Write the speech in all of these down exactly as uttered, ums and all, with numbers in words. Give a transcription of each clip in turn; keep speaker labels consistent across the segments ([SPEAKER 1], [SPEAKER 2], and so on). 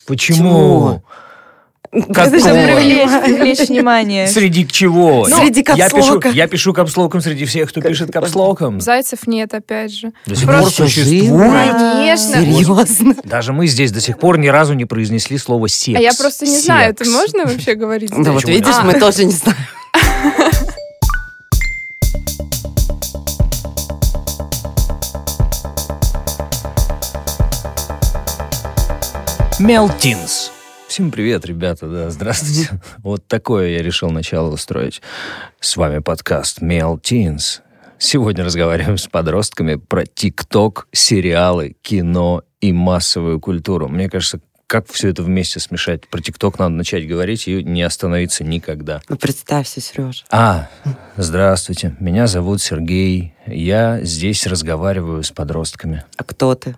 [SPEAKER 1] Почему?
[SPEAKER 2] Как это же привлечь, привлечь внимание.
[SPEAKER 1] Среди чего?
[SPEAKER 3] Ну, среди капслока.
[SPEAKER 1] Я пишу, я пишу капслоком среди всех, кто пишет капслоком.
[SPEAKER 4] Зайцев нет, опять же.
[SPEAKER 1] До сих пор существует.
[SPEAKER 4] Конечно.
[SPEAKER 3] Серьезно?
[SPEAKER 1] Даже мы здесь до сих пор ни разу не произнесли слово секс.
[SPEAKER 4] А я просто не
[SPEAKER 1] Секс.
[SPEAKER 4] знаю, это можно вообще говорить?
[SPEAKER 3] Да вот
[SPEAKER 1] Почему?
[SPEAKER 3] видишь,
[SPEAKER 4] А.
[SPEAKER 3] мы тоже не знаем.
[SPEAKER 1] Мелтинс. Всем привет, ребята, да, здравствуйте. Вот такое я решил начало устроить. С вами подкаст Мелтинс. Сегодня разговариваем с подростками про ТикТок, сериалы, кино и массовую культуру. Мне кажется, как все это вместе смешать? Про ТикТок надо начать говорить и не остановиться никогда.
[SPEAKER 3] Ну, представься, Сережа.
[SPEAKER 1] А, здравствуйте, меня зовут Сергей. Я здесь разговариваю с подростками.
[SPEAKER 3] А кто ты?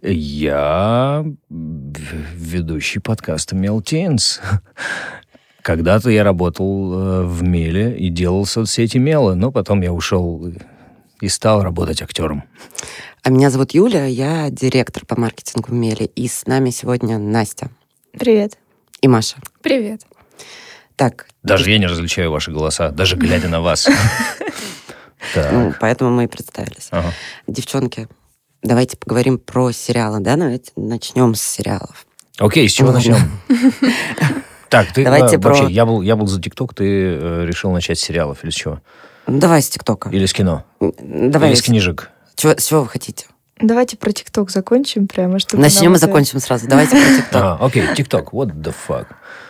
[SPEAKER 1] Я ведущий подкаста Мелтинс. Когда-то я работал в Меле и делал соцсети Мела, но потом я ушел и стал работать актером.
[SPEAKER 3] А меня зовут Юля, я директор по маркетингу в Меле. И с нами сегодня Настя.
[SPEAKER 2] Привет.
[SPEAKER 3] И Маша.
[SPEAKER 4] Привет.
[SPEAKER 3] Так.
[SPEAKER 1] Даже я не различаю ваши голоса, даже глядя на вас.
[SPEAKER 3] Ну, поэтому мы и представились.
[SPEAKER 1] Ага.
[SPEAKER 3] Девчонки, давайте поговорим про сериалы, да? Давайте начнем с сериалов.
[SPEAKER 1] Окей, с чего
[SPEAKER 3] Ладно.
[SPEAKER 1] начнем? Так, ты
[SPEAKER 3] Давайте
[SPEAKER 1] а, вообще,
[SPEAKER 3] про-
[SPEAKER 1] я был, я был за ТикТок, ты э, решил начать с сериалов или с чего?
[SPEAKER 3] Ну, давай с ТикТока.
[SPEAKER 1] Или с кино?
[SPEAKER 3] Давай.
[SPEAKER 1] Или с книжек?
[SPEAKER 3] Чего, с чего вы хотите?
[SPEAKER 2] Давайте про ТикТок закончим прямо, чтобы...
[SPEAKER 3] Начнем
[SPEAKER 2] нам
[SPEAKER 3] и
[SPEAKER 2] это-
[SPEAKER 3] закончим сразу. Давайте про ТикТок.
[SPEAKER 1] А, окей, ТикТок, what the fuck?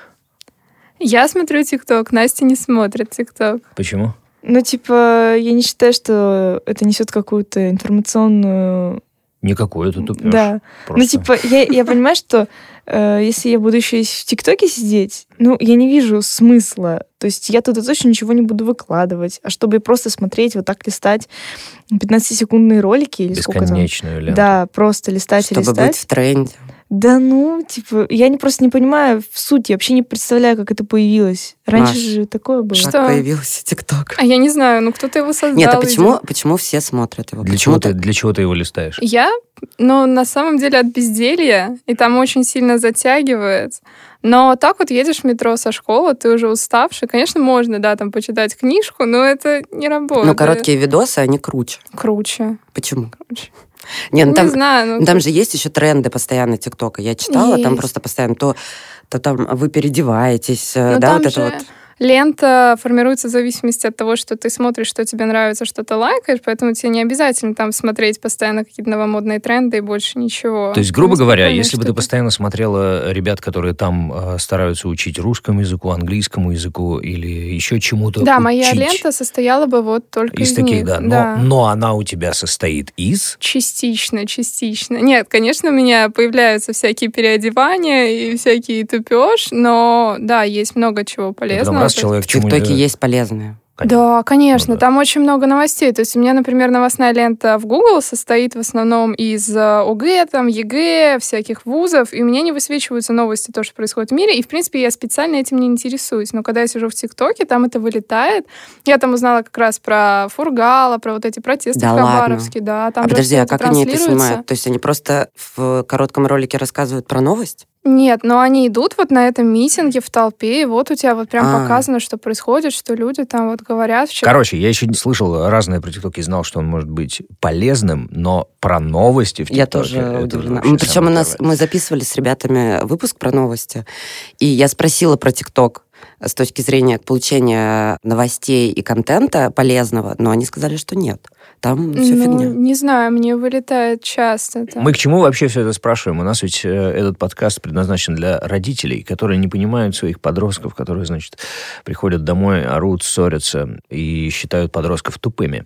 [SPEAKER 4] Я смотрю ТикТок, Настя не смотрит ТикТок.
[SPEAKER 1] Почему?
[SPEAKER 2] Ну, типа, я не считаю, что это несет какую-то информационную...
[SPEAKER 1] Никакой, это тупёж.
[SPEAKER 2] Да.
[SPEAKER 1] Просто.
[SPEAKER 2] Ну, типа, я, я понимаю, что э, если я буду еще и в ТикТоке сидеть, ну, я не вижу смысла. То есть я туда точно ничего не буду выкладывать. А чтобы просто смотреть, вот так листать пятнадцатисекундные ролики или сколько там.
[SPEAKER 1] Бесконечную ленту.
[SPEAKER 2] Да, просто листать и
[SPEAKER 3] Чтобы
[SPEAKER 2] листать.
[SPEAKER 3] быть в тренде.
[SPEAKER 2] Да ну, типа, я не, просто не понимаю в сути, вообще не представляю, как это появилось. Раньше
[SPEAKER 3] Маш,
[SPEAKER 2] же такое было.
[SPEAKER 4] Что?
[SPEAKER 3] Как появился ТикТок?
[SPEAKER 4] А я не знаю, ну кто-то его создал.
[SPEAKER 3] Нет, а почему,
[SPEAKER 4] видимо.
[SPEAKER 3] почему все смотрят его?
[SPEAKER 1] Для
[SPEAKER 3] Почему
[SPEAKER 1] чего, ты,
[SPEAKER 3] так?
[SPEAKER 1] для чего ты его листаешь?
[SPEAKER 4] Я? Ну, на самом деле от безделья, и там очень сильно затягивает. Но так вот едешь в метро со школы, ты уже уставший. Конечно, можно, да, там почитать книжку, но это не работает.
[SPEAKER 3] Ну, короткие видосы, они круче.
[SPEAKER 4] Круче.
[SPEAKER 3] Почему?
[SPEAKER 4] Круче.
[SPEAKER 3] Не, ну
[SPEAKER 4] Не
[SPEAKER 3] там,
[SPEAKER 4] знаю. Ну,
[SPEAKER 3] там же есть еще тренды постоянно ТикТока. Я читала, там
[SPEAKER 4] Есть.
[SPEAKER 3] просто постоянно то, то там вы переодеваетесь,
[SPEAKER 4] ну,
[SPEAKER 3] да,
[SPEAKER 4] там
[SPEAKER 3] вот
[SPEAKER 4] же
[SPEAKER 3] это вот.
[SPEAKER 4] лента формируется в зависимости от того, что ты смотришь, что тебе нравится, что ты лайкаешь, поэтому тебе не обязательно там смотреть постоянно какие-то новомодные тренды и больше ничего.
[SPEAKER 1] То есть, грубо
[SPEAKER 4] Там
[SPEAKER 1] говоря,
[SPEAKER 4] спокойные
[SPEAKER 1] если бы ты
[SPEAKER 4] штуки.
[SPEAKER 1] постоянно смотрела ребят, которые там э, стараются учить русскому языку, английскому языку или еще чему-то
[SPEAKER 4] Да,
[SPEAKER 1] учить,
[SPEAKER 4] моя лента состояла бы вот только из,
[SPEAKER 1] из таких,
[SPEAKER 4] них.
[SPEAKER 1] да. Но, но она у тебя состоит из...
[SPEAKER 4] Частично, частично. Нет, конечно, у меня появляются всякие переодевания и всякий тупеж, но да, есть много чего
[SPEAKER 1] Потом
[SPEAKER 4] полезного.
[SPEAKER 1] раз
[SPEAKER 4] То
[SPEAKER 1] человек
[SPEAKER 3] В ТикТоке есть полезные.
[SPEAKER 4] Да, конечно,
[SPEAKER 1] Ну да.
[SPEAKER 4] там очень много новостей. То есть у меня, например, новостная лента в Google состоит в основном из э, ОГЭ, там, ЕГЭ, всяких вузов, и у меня не высвечиваются новости, то, что происходит в мире, и, в принципе, я специально этим не интересуюсь. Но когда я сижу в ТикТоке, там это вылетает. Я там узнала как раз про Фургала, про вот эти протесты
[SPEAKER 3] Да
[SPEAKER 4] в
[SPEAKER 3] ладно?
[SPEAKER 4] Хабаровске. Да, там
[SPEAKER 3] А
[SPEAKER 4] же
[SPEAKER 3] подожди,
[SPEAKER 4] всё
[SPEAKER 3] а
[SPEAKER 4] это
[SPEAKER 3] как они это
[SPEAKER 4] транслируется.
[SPEAKER 3] снимают? То есть они просто в коротком ролике рассказывают про новость?
[SPEAKER 4] Нет, но они идут вот на этом митинге в толпе, и вот у тебя вот прям
[SPEAKER 3] А.
[SPEAKER 4] показано, что происходит, что люди там вот говорят. в чат-
[SPEAKER 1] Короче, я еще не слышал разные про ТикТок и знал, что он может быть полезным, но про новости в ТикТоке...
[SPEAKER 3] Я тоже
[SPEAKER 1] это
[SPEAKER 3] удивлена.
[SPEAKER 1] вообще
[SPEAKER 3] Мы, причем у
[SPEAKER 1] самое
[SPEAKER 3] нас
[SPEAKER 1] первое.
[SPEAKER 3] мы записывали с ребятами выпуск про новости, и я спросила про ТикТок с точки зрения получения новостей и контента полезного, но они сказали, что нет. Там все
[SPEAKER 4] ну,
[SPEAKER 3] фигня.
[SPEAKER 4] не знаю, мне вылетает часто. там.
[SPEAKER 1] Мы к чему вообще все это спрашиваем? У нас ведь э, этот подкаст предназначен для родителей, которые не понимают своих подростков, которые, значит, приходят домой, орут, ссорятся и считают подростков тупыми.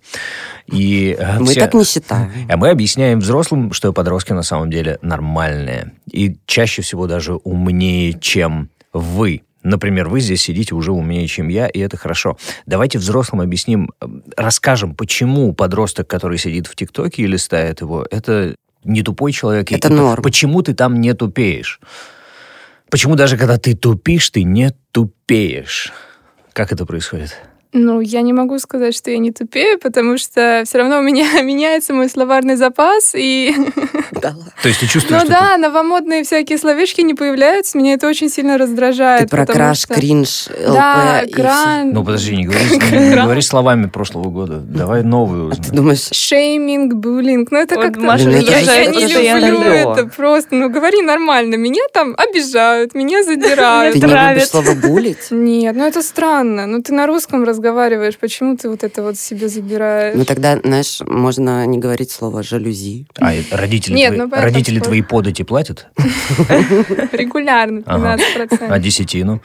[SPEAKER 1] И э,
[SPEAKER 3] Мы
[SPEAKER 1] все-
[SPEAKER 3] так не считаем.
[SPEAKER 1] А мы объясняем взрослым, что подростки на самом деле нормальные. И чаще всего даже умнее, чем вы. Например, вы здесь сидите уже умнее, чем я, и это хорошо. Давайте взрослым объясним, э, расскажем, почему подросток, который сидит в ТикТоке и листает его, это не тупой человек.
[SPEAKER 3] Это
[SPEAKER 1] и п-
[SPEAKER 3] норм.
[SPEAKER 1] Почему ты там не тупеешь? Почему даже когда ты тупишь, ты не тупеешь? Как это происходит?
[SPEAKER 4] Ну, я не могу сказать, что я не тупею, потому что все равно у меня меняется мой словарный запас, и...
[SPEAKER 3] Да ладно.
[SPEAKER 1] То есть ты чувствуешь,
[SPEAKER 4] Ну
[SPEAKER 1] что
[SPEAKER 4] да, новомодные всякие словечки не появляются, меня это очень сильно
[SPEAKER 3] Ты
[SPEAKER 4] раздражает.
[SPEAKER 3] про
[SPEAKER 4] потому
[SPEAKER 3] краш,
[SPEAKER 4] что-
[SPEAKER 3] кринж, ЛП
[SPEAKER 4] Да,
[SPEAKER 3] и всё.
[SPEAKER 4] кран,
[SPEAKER 1] Ну, подожди, не говори, не, не говори словами прошлого года. Давай новую
[SPEAKER 3] А ты
[SPEAKER 1] узнаем.
[SPEAKER 3] думаешь,
[SPEAKER 4] шейминг, буллинг. Ну, это
[SPEAKER 2] Вот
[SPEAKER 4] как-то...
[SPEAKER 2] Маша
[SPEAKER 3] Блин,
[SPEAKER 4] я,
[SPEAKER 3] это
[SPEAKER 4] я
[SPEAKER 3] же
[SPEAKER 4] не
[SPEAKER 2] постоянно.
[SPEAKER 4] люблю
[SPEAKER 3] Алло.
[SPEAKER 4] это просто. Ну, говори нормально. Меня там обижают, меня задирают.
[SPEAKER 3] ты не
[SPEAKER 2] травят.
[SPEAKER 3] любишь слово булить?
[SPEAKER 4] Нет, ну это странно. Ну, ты на русском разговариваешь, почему ты вот это вот себе забираешь?
[SPEAKER 3] Ну тогда, знаешь, можно не говорить слово жалюзи.
[SPEAKER 1] А и родители,
[SPEAKER 4] Нет,
[SPEAKER 1] твои,
[SPEAKER 4] ну, понятно,
[SPEAKER 1] родители
[SPEAKER 4] что-
[SPEAKER 1] твои подати платят?
[SPEAKER 4] Регулярно,
[SPEAKER 1] Ага.
[SPEAKER 4] тринадцать процентов.
[SPEAKER 1] А десятину?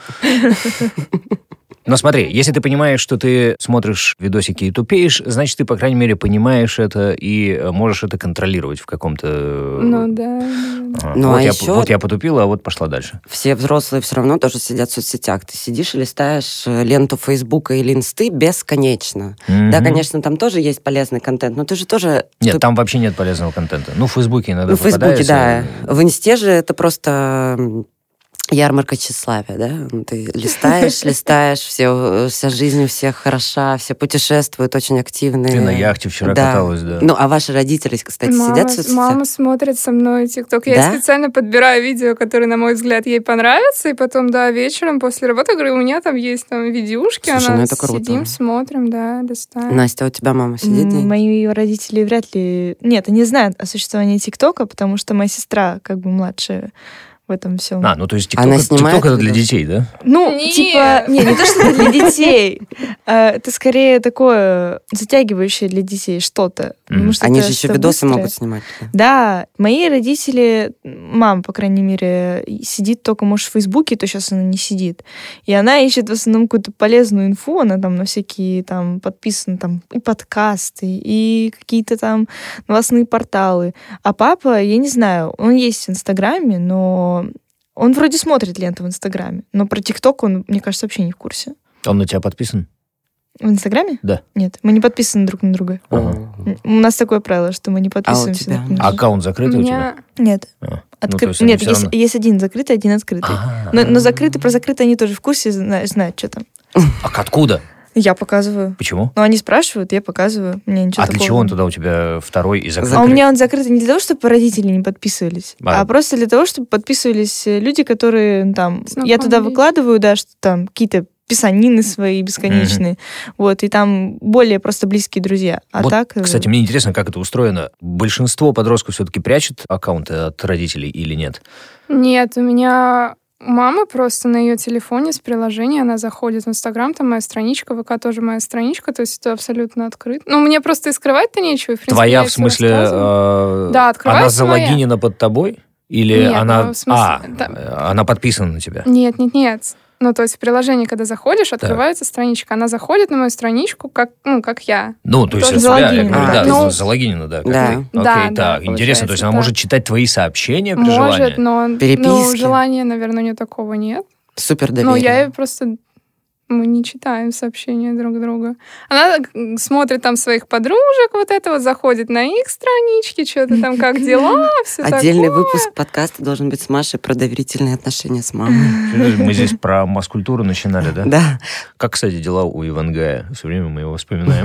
[SPEAKER 1] Но смотри, если ты понимаешь, что ты смотришь видосики и тупеешь, значит, ты, по крайней мере, понимаешь это и э, можешь это контролировать в каком-то...
[SPEAKER 4] Ну, да. да.
[SPEAKER 1] Ага.
[SPEAKER 3] Ну,
[SPEAKER 1] вот,
[SPEAKER 3] а
[SPEAKER 1] я,
[SPEAKER 3] еще-
[SPEAKER 1] вот я потупила, а вот пошла дальше.
[SPEAKER 3] Все взрослые все равно тоже сидят в соцсетях. Ты сидишь и листаешь э, ленту Фейсбука или Инсты бесконечно. Да,
[SPEAKER 1] Мгм.
[SPEAKER 3] конечно, там тоже есть полезный контент, но ты же тоже...
[SPEAKER 1] Нет,
[SPEAKER 3] ты-
[SPEAKER 1] там вообще нет полезного контента. Ну, в Фейсбуке иногда
[SPEAKER 3] Ну, в Фейсбуке, да.
[SPEAKER 1] попадается.
[SPEAKER 3] В Инсте же это просто м, ярмарка тщеславия, да? Ну, ты листаешь, листаешь, все, вся жизнь у всех хороша, все путешествуют, очень активные.
[SPEAKER 1] Ты на яхте вчера
[SPEAKER 3] Да.
[SPEAKER 1] каталась, да.
[SPEAKER 3] Ну, а ваши родители, кстати,
[SPEAKER 4] Мама,
[SPEAKER 3] сидят в соцсетях?
[SPEAKER 4] мама смотрит со мной ТикТок. Я
[SPEAKER 3] Да?
[SPEAKER 4] специально подбираю видео, которые, на мой взгляд, ей понравятся, и потом, да, вечером после работы, говорю, у меня там есть там видюшки,
[SPEAKER 3] Слушай,
[SPEAKER 4] она
[SPEAKER 3] ну это круто.
[SPEAKER 4] сидим, смотрим, да, листаем.
[SPEAKER 3] Настя, а у тебя мама сидит?
[SPEAKER 2] М,
[SPEAKER 3] где-нибудь?
[SPEAKER 2] Мои родители вряд ли... Нет, они знают о существовании ТикТока, потому что моя сестра как бы младшая в этом всем.
[SPEAKER 1] А, ну то есть
[SPEAKER 3] Она
[SPEAKER 1] ТикТок,
[SPEAKER 3] снимает
[SPEAKER 1] ТикТок это для
[SPEAKER 3] видос?
[SPEAKER 1] детей, да?
[SPEAKER 2] Ну,
[SPEAKER 4] Нет.
[SPEAKER 2] типа, не, не то, что это для детей. а, Это скорее такое затягивающее для детей что-то. потому
[SPEAKER 1] Мгм.
[SPEAKER 2] что
[SPEAKER 3] Они
[SPEAKER 2] это
[SPEAKER 3] же еще
[SPEAKER 2] что-то
[SPEAKER 3] видосы
[SPEAKER 2] быстрое.
[SPEAKER 3] могут снимать. да.
[SPEAKER 2] Да, мои родители, мама, по крайней мере, сидит только, может, в Фейсбуке, то сейчас она не сидит. И она ищет в основном какую-то полезную инфу, она там на всякие там подписана, там и подкасты, и какие-то там новостные порталы. А папа, я не знаю, он есть в Инстаграме, но он вроде смотрит ленту в Инстаграме, но про ТикТок он, мне кажется, вообще не в курсе.
[SPEAKER 1] Он на тебя подписан?
[SPEAKER 2] В Инстаграме?
[SPEAKER 1] Да.
[SPEAKER 2] Нет, мы не подписаны друг на друга.
[SPEAKER 1] Ага.
[SPEAKER 2] У нас такое правило, что мы не подписываемся
[SPEAKER 3] тебя?
[SPEAKER 2] друг на
[SPEAKER 1] А
[SPEAKER 2] друга.
[SPEAKER 1] аккаунт
[SPEAKER 4] У
[SPEAKER 1] закрытый у тебя?
[SPEAKER 4] меня...
[SPEAKER 2] Нет.
[SPEAKER 1] А, ну,
[SPEAKER 2] Откры-
[SPEAKER 1] то есть они
[SPEAKER 2] Нет,
[SPEAKER 1] всё
[SPEAKER 2] есть,
[SPEAKER 1] равно-
[SPEAKER 2] есть один закрытый, один открытый.
[SPEAKER 1] А.
[SPEAKER 2] Но, но закрытый, про закрытый они тоже в курсе, знают, знают, что там.
[SPEAKER 1] А откуда?
[SPEAKER 2] Я показываю.
[SPEAKER 1] Почему?
[SPEAKER 2] Но они спрашивают, я показываю. У меня ничего
[SPEAKER 1] А для
[SPEAKER 2] такого
[SPEAKER 1] чего он
[SPEAKER 2] нет.
[SPEAKER 1] тогда у тебя второй и закрытый?
[SPEAKER 2] А у меня он закрытый не для того, чтобы родители не подписывались,
[SPEAKER 1] А.
[SPEAKER 2] а, просто для того, чтобы подписывались люди, которые ну, там... Я туда
[SPEAKER 4] Знакомые.
[SPEAKER 2] выкладываю, да, что там какие-то писанины свои бесконечные. Вот, и там более просто близкие друзья. А
[SPEAKER 1] Вот,
[SPEAKER 2] так... э,
[SPEAKER 1] кстати, мне интересно, как это устроено. Большинство подростков все-таки прячет аккаунты от родителей или нет?
[SPEAKER 4] Нет, у меня мама просто на ее телефоне с приложения, она заходит в Инстаграм, там моя страничка, ВК тоже моя страничка, то есть это абсолютно открыто. Ну, мне просто и скрывать-то нечего. И, в принципе,
[SPEAKER 1] Твоя,
[SPEAKER 4] я
[SPEAKER 1] в
[SPEAKER 4] всё
[SPEAKER 1] смысле,
[SPEAKER 4] рассказываю.
[SPEAKER 1] э,
[SPEAKER 4] Да,
[SPEAKER 1] она
[SPEAKER 4] открывается моя.
[SPEAKER 1] залогинена под тобой? Или
[SPEAKER 4] Нет,
[SPEAKER 1] она...
[SPEAKER 4] ну, в смысле,
[SPEAKER 1] а,
[SPEAKER 4] да.
[SPEAKER 1] э, она подписана на тебя?
[SPEAKER 4] Нет, нет, нет. Ну, то есть в приложении, когда заходишь, открывается страничка. Она заходит на мою страничку, как, ну, как я.
[SPEAKER 1] Ну, то есть
[SPEAKER 4] Тоже
[SPEAKER 1] от тебя, я
[SPEAKER 2] залогинена.
[SPEAKER 1] говорю, да,
[SPEAKER 3] А,
[SPEAKER 4] ну,
[SPEAKER 1] залогинена, да. как
[SPEAKER 3] да.
[SPEAKER 1] ты. Окей,
[SPEAKER 4] Да, да,
[SPEAKER 1] так, интересно,
[SPEAKER 4] получается,
[SPEAKER 1] то есть она
[SPEAKER 4] да.
[SPEAKER 1] может читать твои сообщения при
[SPEAKER 4] Может,
[SPEAKER 1] желании?
[SPEAKER 4] но ну,
[SPEAKER 3] Переписки.
[SPEAKER 4] желания, наверное, у нее такого нет.
[SPEAKER 3] Супер
[SPEAKER 4] Ну,
[SPEAKER 3] доверие.
[SPEAKER 4] я ей просто... Мы не читаем сообщения друг друга. Она м, смотрит там своих подружек, вот это вот, заходит на их странички, что-то там, как дела, все
[SPEAKER 3] Отдельный
[SPEAKER 4] такое.
[SPEAKER 3] выпуск подкаста должен быть с Машей про доверительные отношения с мамой.
[SPEAKER 1] Мы здесь про маскультуру начинали, да?
[SPEAKER 3] Да.
[SPEAKER 1] Как, кстати, дела у Ивангая? Все время мы его вспоминаем.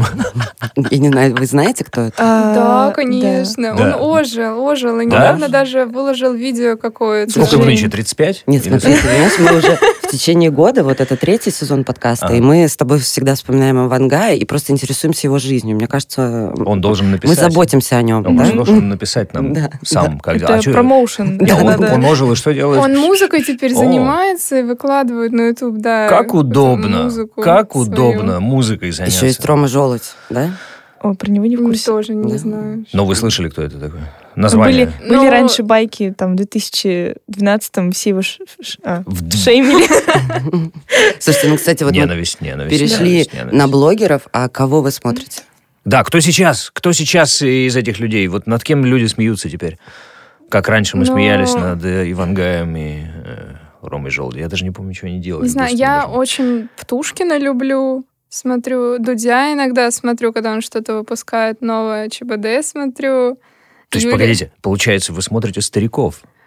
[SPEAKER 3] Я не знаю, вы знаете, кто это?
[SPEAKER 2] а,
[SPEAKER 4] Да, конечно.
[SPEAKER 1] Да.
[SPEAKER 4] Он ожил, ожил. И
[SPEAKER 1] Да?
[SPEAKER 4] недавно даже выложил видео какое-то.
[SPEAKER 1] Сколько ему
[SPEAKER 2] Слушай,
[SPEAKER 1] нынче, тридцать пять?
[SPEAKER 3] Нет,
[SPEAKER 1] Или
[SPEAKER 3] смотри, ты понимаешь, мы уже в течение года, вот это третий сезон подкаста,
[SPEAKER 1] Ага.
[SPEAKER 3] и мы с тобой всегда вспоминаем Ивангая и просто интересуемся его жизнью. Мне кажется,
[SPEAKER 1] Он должен
[SPEAKER 3] мы
[SPEAKER 1] написать.
[SPEAKER 3] заботимся о нем.
[SPEAKER 1] Он
[SPEAKER 3] да?
[SPEAKER 1] должен написать нам
[SPEAKER 3] Да,
[SPEAKER 1] сам, как дела.
[SPEAKER 2] Это
[SPEAKER 1] А чё-
[SPEAKER 2] промоушен.
[SPEAKER 1] Не,
[SPEAKER 2] Да,
[SPEAKER 1] он,
[SPEAKER 2] да, да.
[SPEAKER 1] он ожил, и что делает?
[SPEAKER 4] Он музыкой теперь
[SPEAKER 1] О.
[SPEAKER 4] занимается и выкладывает на YouTube, да.
[SPEAKER 1] Как
[SPEAKER 4] эту
[SPEAKER 1] удобно,
[SPEAKER 4] музыку
[SPEAKER 1] как
[SPEAKER 4] свою.
[SPEAKER 1] удобно музыкой заняться.
[SPEAKER 3] Еще есть Рома Желудь, да?
[SPEAKER 2] Ой, про него не в
[SPEAKER 4] М,
[SPEAKER 2] курсе.
[SPEAKER 4] Тоже не
[SPEAKER 3] Да.
[SPEAKER 4] знаю.
[SPEAKER 1] Но вы слышали, кто это такой? Название?
[SPEAKER 2] Были, были
[SPEAKER 4] Ну,
[SPEAKER 2] раньше байки, там, в две тысячи двенадцатом все его ш- ш- а,
[SPEAKER 1] В д-
[SPEAKER 2] шеймили.
[SPEAKER 3] Слушайте, ну, кстати, вот мы
[SPEAKER 1] Ненависть, ненависть.
[SPEAKER 3] перешли
[SPEAKER 1] ненависть, ненависть.
[SPEAKER 3] на блогеров, а кого вы смотрите?
[SPEAKER 1] Да, кто сейчас? Кто сейчас из этих людей? Вот над кем люди смеются теперь? Как раньше мы
[SPEAKER 4] Ну,
[SPEAKER 1] смеялись над э, Ивангаем и э, Ромой Желудем. Я даже не помню, что они делали.
[SPEAKER 4] Не знаю,
[SPEAKER 1] Господи,
[SPEAKER 4] я
[SPEAKER 1] боже мой.
[SPEAKER 4] очень Птушкина люблю. Смотрю Дудя иногда, смотрю, когда он что-то выпускает новое. ЧБД смотрю.
[SPEAKER 1] То есть,
[SPEAKER 4] Юлия-
[SPEAKER 1] погодите, получается, вы смотрите стариков.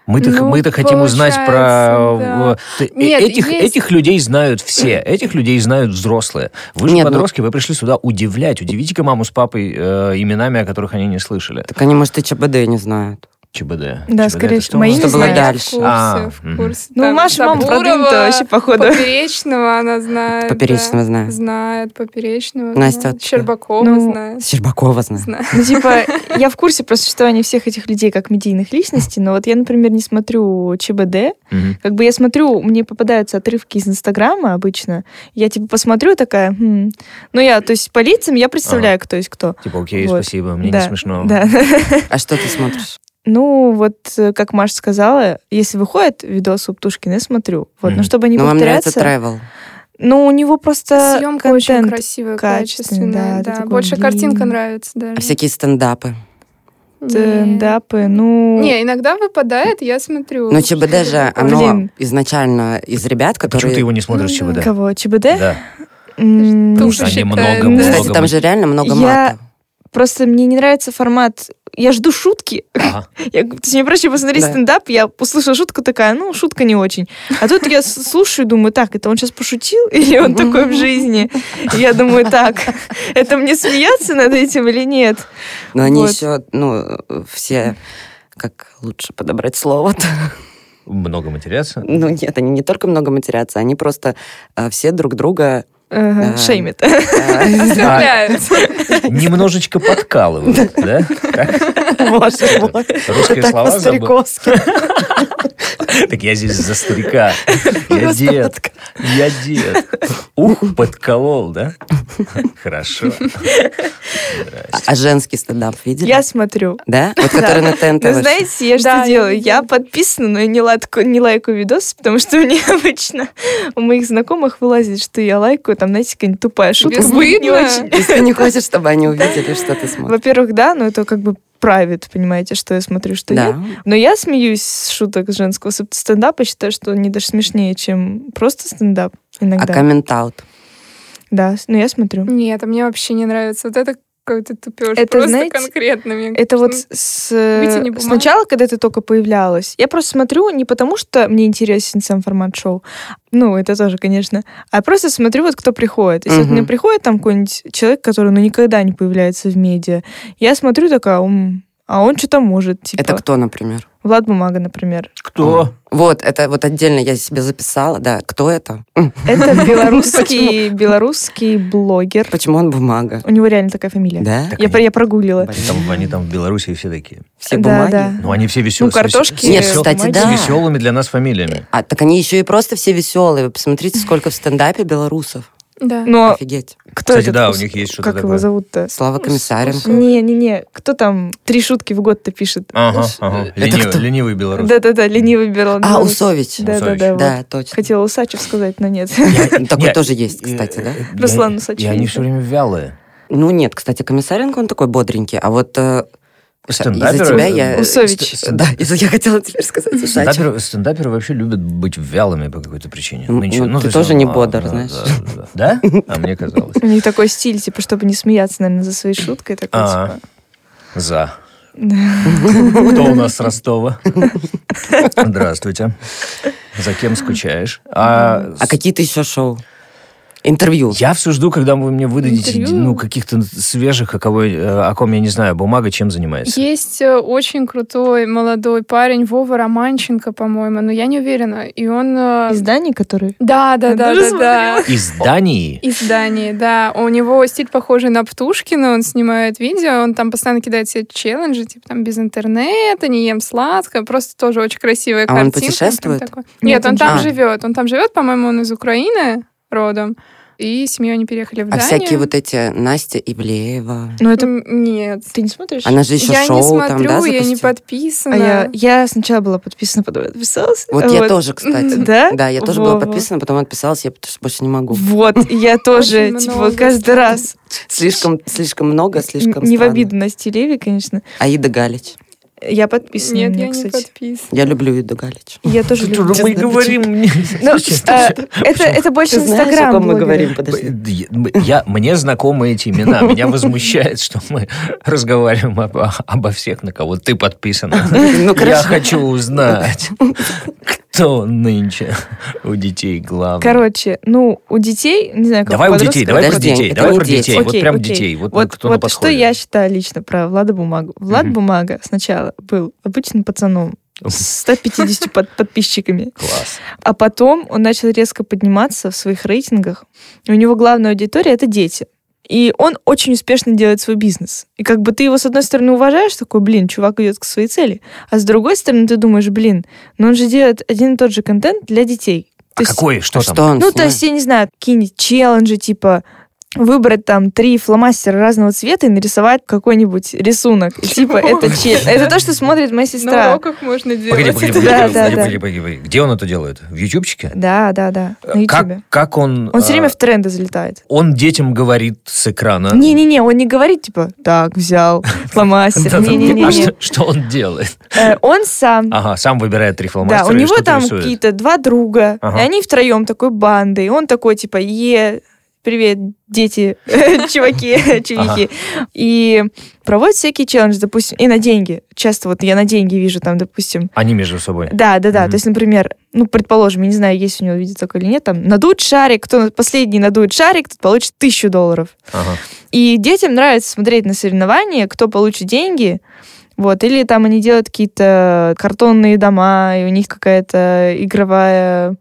[SPEAKER 1] Мы-то,
[SPEAKER 4] Ну,
[SPEAKER 1] мы-то хотим узнать про...
[SPEAKER 4] получается, да.
[SPEAKER 1] э,
[SPEAKER 4] Нет,
[SPEAKER 1] этих,
[SPEAKER 4] есть-
[SPEAKER 1] этих людей знают все. Этих людей знают взрослые. Вы же
[SPEAKER 3] Нет, ну-
[SPEAKER 1] подростки, вы пришли сюда удивлять. Удивите-ка маму с папой э, именами, о которых они не слышали.
[SPEAKER 3] Так они, может, и ЧБД не знают.
[SPEAKER 1] ЧБД.
[SPEAKER 2] Да,
[SPEAKER 1] ЧБД
[SPEAKER 2] скорее
[SPEAKER 1] это
[SPEAKER 2] всего,
[SPEAKER 1] что?
[SPEAKER 2] мои
[SPEAKER 3] Что
[SPEAKER 2] не
[SPEAKER 3] было
[SPEAKER 2] знаю.
[SPEAKER 3] дальше?
[SPEAKER 4] В курсе,
[SPEAKER 1] А,
[SPEAKER 4] в
[SPEAKER 1] мгм.
[SPEAKER 4] курсе.
[SPEAKER 2] Ну,
[SPEAKER 4] Там
[SPEAKER 2] Маша, мама
[SPEAKER 4] Забурова,
[SPEAKER 2] продвинута вообще, походу.
[SPEAKER 4] Поперечного она знает.
[SPEAKER 3] Поперечного
[SPEAKER 4] да.
[SPEAKER 3] знает.
[SPEAKER 4] Знает, Поперечного
[SPEAKER 3] Настя,
[SPEAKER 4] знает.
[SPEAKER 3] а ты?
[SPEAKER 4] Щербакова
[SPEAKER 2] Ну,
[SPEAKER 4] знает.
[SPEAKER 3] Щербакова знает.
[SPEAKER 4] Знает.
[SPEAKER 2] Ну, типа, я в курсе про существование всех этих людей как медийных личностей, но вот я, например, не смотрю ЧБД.
[SPEAKER 1] Мгм.
[SPEAKER 2] Как бы я смотрю, мне попадаются отрывки из Инстаграма обычно. Я, типа, посмотрю такая... хм. Ну, я, то есть, по лицам я представляю, кто есть кто.
[SPEAKER 1] Типа, окей,
[SPEAKER 2] Вот.
[SPEAKER 1] спасибо, мне
[SPEAKER 2] Да,
[SPEAKER 1] не смешно.
[SPEAKER 2] Да.
[SPEAKER 3] А что ты смотришь?
[SPEAKER 2] Ну, вот, э, как Маша сказала, если выходит видос у Птушкина, я смотрю. Вот, но
[SPEAKER 1] Мгм.
[SPEAKER 2] чтобы не
[SPEAKER 3] Ну, вам нравится
[SPEAKER 2] повторяться...
[SPEAKER 3] тревел.
[SPEAKER 2] Ну, у него просто
[SPEAKER 4] Съемка очень
[SPEAKER 2] контент
[SPEAKER 4] красивая,
[SPEAKER 2] качественный, да,
[SPEAKER 4] качественная.
[SPEAKER 2] ты
[SPEAKER 4] Да,
[SPEAKER 2] такой,
[SPEAKER 4] больше
[SPEAKER 2] блин.
[SPEAKER 4] картинка нравится даже.
[SPEAKER 3] А всякие стендапы.
[SPEAKER 2] стендапы, ну...
[SPEAKER 4] Не, иногда выпадает, я смотрю.
[SPEAKER 3] Но ЧБД же, оно
[SPEAKER 2] Блин.
[SPEAKER 3] изначально из ребят,
[SPEAKER 1] Почему ты
[SPEAKER 3] которые...
[SPEAKER 1] его не смотришь,
[SPEAKER 4] Ну,
[SPEAKER 1] ЧБД?
[SPEAKER 2] Кого? ЧБД?
[SPEAKER 1] Да.
[SPEAKER 2] М,
[SPEAKER 4] Потому
[SPEAKER 2] не
[SPEAKER 4] что
[SPEAKER 2] знаю.
[SPEAKER 1] Они
[SPEAKER 4] считаю,
[SPEAKER 1] много,
[SPEAKER 4] да.
[SPEAKER 3] Кстати,
[SPEAKER 1] много...
[SPEAKER 3] там же реально много
[SPEAKER 2] Я-
[SPEAKER 3] мата.
[SPEAKER 2] Просто мне не нравится формат. Я жду шутки.
[SPEAKER 1] Ага.
[SPEAKER 2] Я, то есть мне проще посмотреть
[SPEAKER 3] Да.
[SPEAKER 2] стендап, я услышала шутку такая, ну, шутка не очень. А тут я с- слушаю и думаю, так, это он сейчас пошутил или он такой в жизни? И я думаю, так, это мне смеяться над этим или нет?
[SPEAKER 3] Но они
[SPEAKER 2] Вот.
[SPEAKER 3] еще, ну, все... Как лучше подобрать слово-то?
[SPEAKER 1] Много матерятся.
[SPEAKER 3] Ну, нет, они не только много матерятся, они просто э, все друг друга...
[SPEAKER 2] Ага,
[SPEAKER 3] Да.
[SPEAKER 2] шеймит.
[SPEAKER 3] э,
[SPEAKER 4] Оскорбляются.
[SPEAKER 1] Немножечко подкалывают, да? Как?
[SPEAKER 3] Боже мой.
[SPEAKER 1] Русские
[SPEAKER 3] Так
[SPEAKER 1] слова забыл.
[SPEAKER 3] по-стариковски.
[SPEAKER 1] Так я здесь за старика. Я
[SPEAKER 3] Просто
[SPEAKER 1] дед.
[SPEAKER 3] подка-
[SPEAKER 1] Я дед. Ух, подколол, да? Хорошо.
[SPEAKER 3] А женский стендап видели?
[SPEAKER 2] Я смотрю.
[SPEAKER 3] Да? Вот который на ТНТ
[SPEAKER 2] Ну,
[SPEAKER 3] вышел.
[SPEAKER 2] знаете, я
[SPEAKER 4] Да,
[SPEAKER 2] что
[SPEAKER 4] я
[SPEAKER 2] делаю?
[SPEAKER 4] видела.
[SPEAKER 2] Я подписана, но я не, лайку, не лайкаю видос, потому что мне обычно у моих знакомых вылазит, что я лайкаю, там, знаете, какая-нибудь тупая шутка
[SPEAKER 4] Тебе
[SPEAKER 2] будет не
[SPEAKER 4] стыдно?
[SPEAKER 2] очень.
[SPEAKER 3] То есть ты не хочешь, чтобы они увидели, что ты смотришь?
[SPEAKER 2] Во-первых, да, но это как бы private, понимаете, что я смотрю, что нет.
[SPEAKER 3] Да.
[SPEAKER 2] Но я смеюсь с шуток женского стендапа, считаю, что они даже смешнее, чем просто стендап
[SPEAKER 3] А
[SPEAKER 2] иногда.
[SPEAKER 3] коммент-аут?
[SPEAKER 2] Да, но я смотрю.
[SPEAKER 4] Нет, а мне вообще не нравится. Вот это какой-то тупеж.
[SPEAKER 2] Это,
[SPEAKER 4] Просто
[SPEAKER 2] знаете,
[SPEAKER 4] конкретно. мне
[SPEAKER 2] Это вот
[SPEAKER 4] кажется.
[SPEAKER 2] с,
[SPEAKER 4] вытяни бумагу.
[SPEAKER 2] сначала, когда это только появлялось, я просто смотрю не потому, что мне интересен сам формат шоу, ну, это тоже, конечно, а просто смотрю, вот кто приходит. Если вот
[SPEAKER 3] Мгм.
[SPEAKER 2] мне приходит там какой-нибудь человек, который, ну, никогда не появляется в медиа, я смотрю такая, «М, а он что-то может, типа,
[SPEAKER 3] Это кто, например?
[SPEAKER 2] Влад Бумага, например.
[SPEAKER 1] Кто?
[SPEAKER 3] Вот, это вот отдельно я себе записала. Да, кто это?
[SPEAKER 2] Это белорусский, белорусский блогер.
[SPEAKER 3] Почему он бумага?
[SPEAKER 2] У него реально такая фамилия.
[SPEAKER 3] Да?
[SPEAKER 1] Так
[SPEAKER 2] Я,
[SPEAKER 1] они-
[SPEAKER 2] про- я прогуглила.
[SPEAKER 1] Они там, они там в Беларуси все такие.
[SPEAKER 3] Все
[SPEAKER 2] Да,
[SPEAKER 3] бумаги?
[SPEAKER 2] да.
[SPEAKER 1] Ну, они все веселые.
[SPEAKER 2] Ну, картошки,
[SPEAKER 3] Нет, кстати,
[SPEAKER 2] бумаги.
[SPEAKER 3] да.
[SPEAKER 1] С веселыми для нас фамилиями.
[SPEAKER 3] А, так они еще и просто все веселые. Вы посмотрите, сколько в стендапе белорусов.
[SPEAKER 4] Да.
[SPEAKER 2] Но
[SPEAKER 3] Офигеть.
[SPEAKER 2] кто
[SPEAKER 1] Кстати,
[SPEAKER 2] этот
[SPEAKER 1] да, у
[SPEAKER 2] ус-
[SPEAKER 1] них есть что-то
[SPEAKER 2] Как его
[SPEAKER 1] такое.
[SPEAKER 2] зовут-то?
[SPEAKER 3] Слава Комиссаренко.
[SPEAKER 2] Не-не-не, кто там три шутки в год-то пишет?
[SPEAKER 1] Ага, ага.
[SPEAKER 3] Это
[SPEAKER 1] Ленивый,
[SPEAKER 3] кто?
[SPEAKER 1] ленивый белорус.
[SPEAKER 2] Да-да-да, ленивый белорус.
[SPEAKER 3] А, Усович.
[SPEAKER 2] Да-да-да,
[SPEAKER 3] Да,
[SPEAKER 2] вот.
[SPEAKER 3] точно.
[SPEAKER 2] Хотела Усачев сказать, но нет.
[SPEAKER 3] Ну, Такой
[SPEAKER 1] Нет,
[SPEAKER 3] тоже есть,
[SPEAKER 1] э,
[SPEAKER 3] кстати, да?
[SPEAKER 1] э,
[SPEAKER 2] Руслан
[SPEAKER 1] и-
[SPEAKER 2] Усачев
[SPEAKER 1] И они
[SPEAKER 2] есть,
[SPEAKER 1] все
[SPEAKER 2] да.
[SPEAKER 1] время вялые.
[SPEAKER 3] Ну нет, кстати, Комиссаренко, он такой бодренький. А вот э, из-за
[SPEAKER 1] Стендаперы-
[SPEAKER 3] тебя я...
[SPEAKER 1] э,
[SPEAKER 2] Усович.
[SPEAKER 1] ст-
[SPEAKER 3] Да, из-за я хотела теперь сказать Усачев.
[SPEAKER 1] Стендаперы, стендаперы вообще любят быть вялыми по какой-то причине.
[SPEAKER 3] Ну,
[SPEAKER 1] Нынче-
[SPEAKER 3] ну,
[SPEAKER 1] то
[SPEAKER 3] ты
[SPEAKER 1] есть,
[SPEAKER 3] тоже
[SPEAKER 1] а,
[SPEAKER 3] не
[SPEAKER 1] а,
[SPEAKER 3] бодр,
[SPEAKER 1] да,
[SPEAKER 3] знаешь.
[SPEAKER 1] Да? Да? Да? А мне казалось.
[SPEAKER 2] У них такой стиль, типа, чтобы не смеяться, наверное, за своей шуткой. Такой,
[SPEAKER 1] А.
[SPEAKER 2] типа.
[SPEAKER 1] За.
[SPEAKER 2] Да.
[SPEAKER 1] Кто у нас с Ростова? Здравствуйте. За кем скучаешь? А,
[SPEAKER 3] А какие-то еще шоу? Интервью.
[SPEAKER 1] Я все жду, когда вы мне выдадите
[SPEAKER 4] Интервью?
[SPEAKER 1] ну, каких-то свежих, о, кого, о ком я не знаю, бумага чем занимается.
[SPEAKER 4] Есть э, очень крутой молодой парень, Вова Романченко, по-моему, но я не уверена. И он... э,
[SPEAKER 2] Издания, которые...
[SPEAKER 4] Да, да,
[SPEAKER 2] Я
[SPEAKER 4] да,
[SPEAKER 2] тоже
[SPEAKER 4] да, да.
[SPEAKER 1] Из Дании?
[SPEAKER 4] Из Дании, да. У него стиль похожий на Птушкина, он снимает видео, он там постоянно кидает себе челленджи, типа там без интернета, не ем сладкое, просто тоже очень красивая
[SPEAKER 3] А он
[SPEAKER 4] картинка.
[SPEAKER 3] путешествует?
[SPEAKER 4] Там такой-
[SPEAKER 2] Нет,
[SPEAKER 4] Нет, он
[SPEAKER 2] он
[SPEAKER 4] там
[SPEAKER 3] же-
[SPEAKER 4] живет. Он там живет, по-моему, он из Украины родом. И с семьей они переехали в
[SPEAKER 3] А
[SPEAKER 4] Данию.
[SPEAKER 3] всякие вот эти Настя Ивлеева.
[SPEAKER 2] Ну, это...
[SPEAKER 4] М, Нет.
[SPEAKER 2] Ты не смотришь?
[SPEAKER 3] Она же еще
[SPEAKER 4] я
[SPEAKER 3] шоу
[SPEAKER 4] не смотрю,
[SPEAKER 3] там, да,
[SPEAKER 4] я не
[SPEAKER 3] запустила?
[SPEAKER 4] подписана.
[SPEAKER 2] А я, я сначала была подписана, потом отписалась.
[SPEAKER 3] Вот, я тоже, кстати.
[SPEAKER 2] Да?
[SPEAKER 3] Да, я тоже была
[SPEAKER 2] Во-во.
[SPEAKER 3] подписана, потом отписалась, я потому что больше не могу.
[SPEAKER 2] Вот, и я тоже,
[SPEAKER 4] Очень
[SPEAKER 2] типа,
[SPEAKER 4] много
[SPEAKER 2] каждый
[SPEAKER 4] стало.
[SPEAKER 2] раз.
[SPEAKER 3] Слишком, слишком много, слишком
[SPEAKER 2] Не в
[SPEAKER 3] странно.
[SPEAKER 2] обиду Насте Леви, конечно.
[SPEAKER 3] Аида Галич.
[SPEAKER 2] Я подписана.
[SPEAKER 4] Нет,
[SPEAKER 2] на
[SPEAKER 4] я
[SPEAKER 2] неё,
[SPEAKER 4] не
[SPEAKER 2] кстати.
[SPEAKER 4] подписана.
[SPEAKER 3] Я люблю Иду Галич.
[SPEAKER 2] Я тоже
[SPEAKER 1] Ты
[SPEAKER 2] люблю.
[SPEAKER 1] тоже мы говорим...
[SPEAKER 2] Ну, э, это, это больше
[SPEAKER 3] Ты знаешь, о
[SPEAKER 2] Инстаграм.
[SPEAKER 3] ком мы
[SPEAKER 2] блогеры.
[SPEAKER 3] говорим? Подожди.
[SPEAKER 1] Я, мне знакомы эти имена. Меня возмущает, что мы разговариваем об- обо всех, на кого ты подписана.
[SPEAKER 3] Ну,
[SPEAKER 1] Я
[SPEAKER 3] хорошо.
[SPEAKER 1] хочу узнать, кто нынче у детей главный.
[SPEAKER 2] Короче, ну, у детей, не знаю, как
[SPEAKER 1] Давай
[SPEAKER 2] у
[SPEAKER 1] у детей,
[SPEAKER 2] подростков-
[SPEAKER 1] давай про
[SPEAKER 3] Подожди,
[SPEAKER 1] детей,
[SPEAKER 3] это
[SPEAKER 1] давай
[SPEAKER 3] не
[SPEAKER 1] про
[SPEAKER 3] дети.
[SPEAKER 1] детей. Вот
[SPEAKER 2] Окей,
[SPEAKER 1] прям
[SPEAKER 2] окей.
[SPEAKER 1] детей. Вот,
[SPEAKER 2] Вот,
[SPEAKER 1] кто на
[SPEAKER 2] вот что
[SPEAKER 1] подходе.
[SPEAKER 2] я считаю лично про Влада Бумагу. Влад
[SPEAKER 1] Мгм.
[SPEAKER 2] Бумага сначала был обычным пацаном с ста пятьюдесятью под- подписчиками,
[SPEAKER 1] Класс.
[SPEAKER 2] а потом он начал резко подниматься в своих рейтингах. И у него главная аудитория — это дети. И он очень успешно делает свой бизнес. И как бы ты его, с одной стороны, уважаешь, такой, блин, чувак идет к своей цели, а с другой стороны, ты думаешь, блин, но он же делает один и тот же контент для детей.
[SPEAKER 1] А какой? Что
[SPEAKER 3] А
[SPEAKER 1] там?
[SPEAKER 3] что он
[SPEAKER 2] Ну, то
[SPEAKER 3] снимает?
[SPEAKER 2] есть, я не знаю, какие-нибудь челленджи, типа выбрать там три фломастера разного цвета и нарисовать какой-нибудь рисунок. И, типа, это челлендж. Это то, что смотрит моя
[SPEAKER 4] На
[SPEAKER 2] сестра.
[SPEAKER 4] уроках можно делать.
[SPEAKER 1] Погоди, погоди, погоди,
[SPEAKER 2] Да,
[SPEAKER 1] погоди,
[SPEAKER 2] да,
[SPEAKER 1] погоди,
[SPEAKER 2] да.
[SPEAKER 1] погоди, погоди, погоди. Где он это делает? В ютубчике?
[SPEAKER 2] Да, да, да, на
[SPEAKER 1] Как,
[SPEAKER 2] Ютубе.
[SPEAKER 1] как он...
[SPEAKER 2] Он все
[SPEAKER 1] а,
[SPEAKER 2] время в тренды залетает.
[SPEAKER 1] Он детям говорит с экрана...
[SPEAKER 2] Не-не-не, он не говорит, типа, так, взял фломастер.
[SPEAKER 1] Да-да-да. А
[SPEAKER 2] Не-не-не.
[SPEAKER 1] что, что он делает?
[SPEAKER 2] Э, Он сам.
[SPEAKER 1] Ага, сам выбирает три фломастера
[SPEAKER 2] Да, у
[SPEAKER 1] и
[SPEAKER 2] него
[SPEAKER 1] что-то
[SPEAKER 2] там
[SPEAKER 1] рисует.
[SPEAKER 2] какие-то два друга,
[SPEAKER 1] Ага.
[SPEAKER 2] и они втроем такой бандой. И он такой, типа, е, привет, дети, чуваки, чувики. И проводит всякие челленджи, допустим, и на деньги. Часто вот я на деньги вижу там, допустим,
[SPEAKER 1] Они между собой.
[SPEAKER 2] да, да, да.
[SPEAKER 1] Мгм.
[SPEAKER 2] То есть, например, ну, предположим, я не знаю, есть у него видео такое или нет, там, надуть шарик, кто последний надует шарик, тот получит тысячу долларов.
[SPEAKER 1] Ага.
[SPEAKER 2] И детям нравится смотреть на соревнования, кто получит деньги, вот, или там они делают какие-то картонные дома, и у них какая-то игровая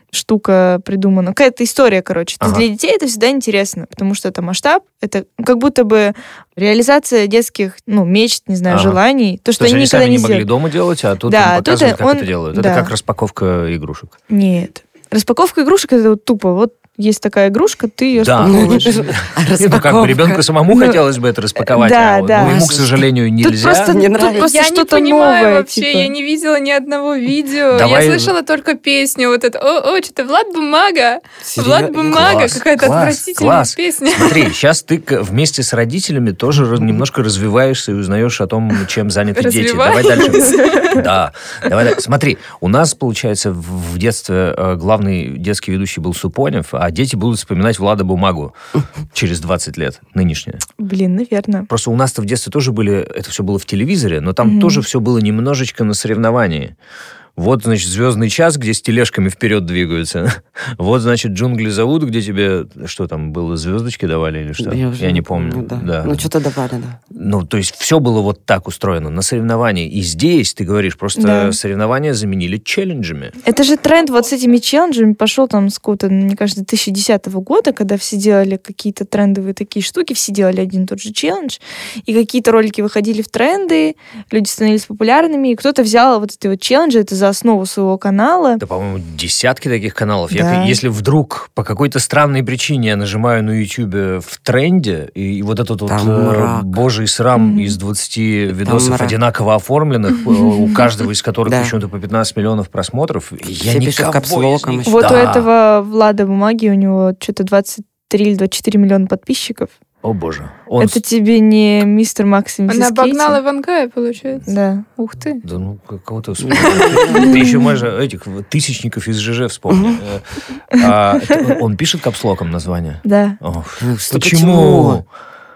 [SPEAKER 2] штука придумана. Какая-то история, короче. То есть
[SPEAKER 1] Ага.
[SPEAKER 2] для детей это всегда интересно, потому что это масштаб, это как будто бы реализация детских, ну, мечт, не знаю,
[SPEAKER 1] Ага.
[SPEAKER 2] желаний. То, что
[SPEAKER 1] То есть
[SPEAKER 2] они
[SPEAKER 1] они
[SPEAKER 2] никогда
[SPEAKER 1] сами
[SPEAKER 2] не
[SPEAKER 1] не могли
[SPEAKER 2] сделали.
[SPEAKER 1] дома делать, а тут
[SPEAKER 2] Да,
[SPEAKER 1] им
[SPEAKER 2] тут
[SPEAKER 1] показывают, как
[SPEAKER 2] он-
[SPEAKER 1] это делают.
[SPEAKER 2] да.
[SPEAKER 1] Это как распаковка игрушек.
[SPEAKER 2] Нет. Распаковка игрушек — это вот тупо. Вот есть такая игрушка, ты ее
[SPEAKER 1] Да.
[SPEAKER 2] распаковываешь.
[SPEAKER 3] А
[SPEAKER 1] Не, ну как бы
[SPEAKER 3] распаковка?
[SPEAKER 1] ребенку самому
[SPEAKER 2] Ну,
[SPEAKER 1] хотелось бы это распаковать,
[SPEAKER 2] да,
[SPEAKER 1] а вот,
[SPEAKER 2] да.
[SPEAKER 1] ну, ему, к сожалению,
[SPEAKER 2] Тут
[SPEAKER 1] нельзя.
[SPEAKER 2] просто,
[SPEAKER 3] Мне
[SPEAKER 2] тут
[SPEAKER 3] нравится.
[SPEAKER 2] просто
[SPEAKER 4] Я не
[SPEAKER 2] что-то
[SPEAKER 4] понимаю
[SPEAKER 2] новое.
[SPEAKER 4] вообще,
[SPEAKER 2] типа.
[SPEAKER 4] я не видела ни одного видео.
[SPEAKER 1] Давай-
[SPEAKER 4] Я слышала только песню вот эту. О, о, что-то Влад Бумага.
[SPEAKER 3] Серьезно?
[SPEAKER 4] Влад Бумага.
[SPEAKER 1] Класс,
[SPEAKER 4] Какая-то
[SPEAKER 1] класс,
[SPEAKER 4] отвратительная
[SPEAKER 1] класс.
[SPEAKER 4] песня.
[SPEAKER 1] Смотри, сейчас ты к- вместе с родителями тоже раз- немножко развиваешься и узнаешь о том, чем заняты дети. Давай дальше. Да. Давай дальше. Смотри, у нас, получается, в в детстве э, главный детский ведущий был Супонев, а дети будут вспоминать Влада Бумагу через двадцать лет, нынешнее.
[SPEAKER 2] Блин, наверное.
[SPEAKER 1] Просто у нас-то в детстве тоже были, это все было в телевизоре, но там
[SPEAKER 2] Мгм.
[SPEAKER 1] тоже все было немножечко на соревновании. Вот, значит, «Звездный час», где с тележками вперед двигаются. Вот, значит, «Джунгли зовут», где тебе, что там было, звездочки давали или что? Я,
[SPEAKER 3] уже
[SPEAKER 1] не помню.
[SPEAKER 3] да.
[SPEAKER 1] Да.
[SPEAKER 3] Ну, что-то давали, да.
[SPEAKER 1] Ну, то есть все было вот так устроено, на соревновании. И здесь, ты говоришь, просто
[SPEAKER 2] Да.
[SPEAKER 1] соревнования заменили челленджами.
[SPEAKER 2] Это же тренд вот с этими челленджами пошел там с какого-то, мне кажется, две тысячи десятого года, когда все делали какие-то трендовые такие штуки, все делали один и тот же челлендж, и какие-то ролики выходили в тренды, люди становились популярными, и кто-то взял вот эти вот челленджи, это за основу своего канала.
[SPEAKER 1] Да, по-моему, десятки таких каналов. Я,
[SPEAKER 2] Да.
[SPEAKER 1] если вдруг по какой-то странной причине я нажимаю на Ютубе в тренде, и, и вот этот вот
[SPEAKER 3] Там
[SPEAKER 1] э,
[SPEAKER 3] мрак.
[SPEAKER 1] божий срам
[SPEAKER 2] Мгм.
[SPEAKER 1] из двадцати видосов
[SPEAKER 3] мрак.
[SPEAKER 1] одинаково оформленных, э, у каждого из которых
[SPEAKER 3] Да.
[SPEAKER 1] почему-то по пятнадцать миллионов просмотров, я
[SPEAKER 3] Все пишут
[SPEAKER 1] никого
[SPEAKER 3] капслоком
[SPEAKER 1] из них-
[SPEAKER 3] еще.
[SPEAKER 2] Вот у
[SPEAKER 1] Да.
[SPEAKER 2] этого Влада Бумаги у него что-то двадцать три или двадцать четыре миллиона подписчиков.
[SPEAKER 1] О боже. Он
[SPEAKER 2] Это тебе не мистер Макс и миссис
[SPEAKER 4] Она обогнала
[SPEAKER 2] Кейти?
[SPEAKER 4] Ивангая, получается.
[SPEAKER 2] Да.
[SPEAKER 4] Ух ты.
[SPEAKER 1] Да ну, кого-то вспомнил. Ты еще можешь этих тысячников из ЖЖ вспомни. Э, а, это Он пишет капслоком название?
[SPEAKER 2] Да.
[SPEAKER 1] Ох,
[SPEAKER 3] Ну, что,
[SPEAKER 1] Почему?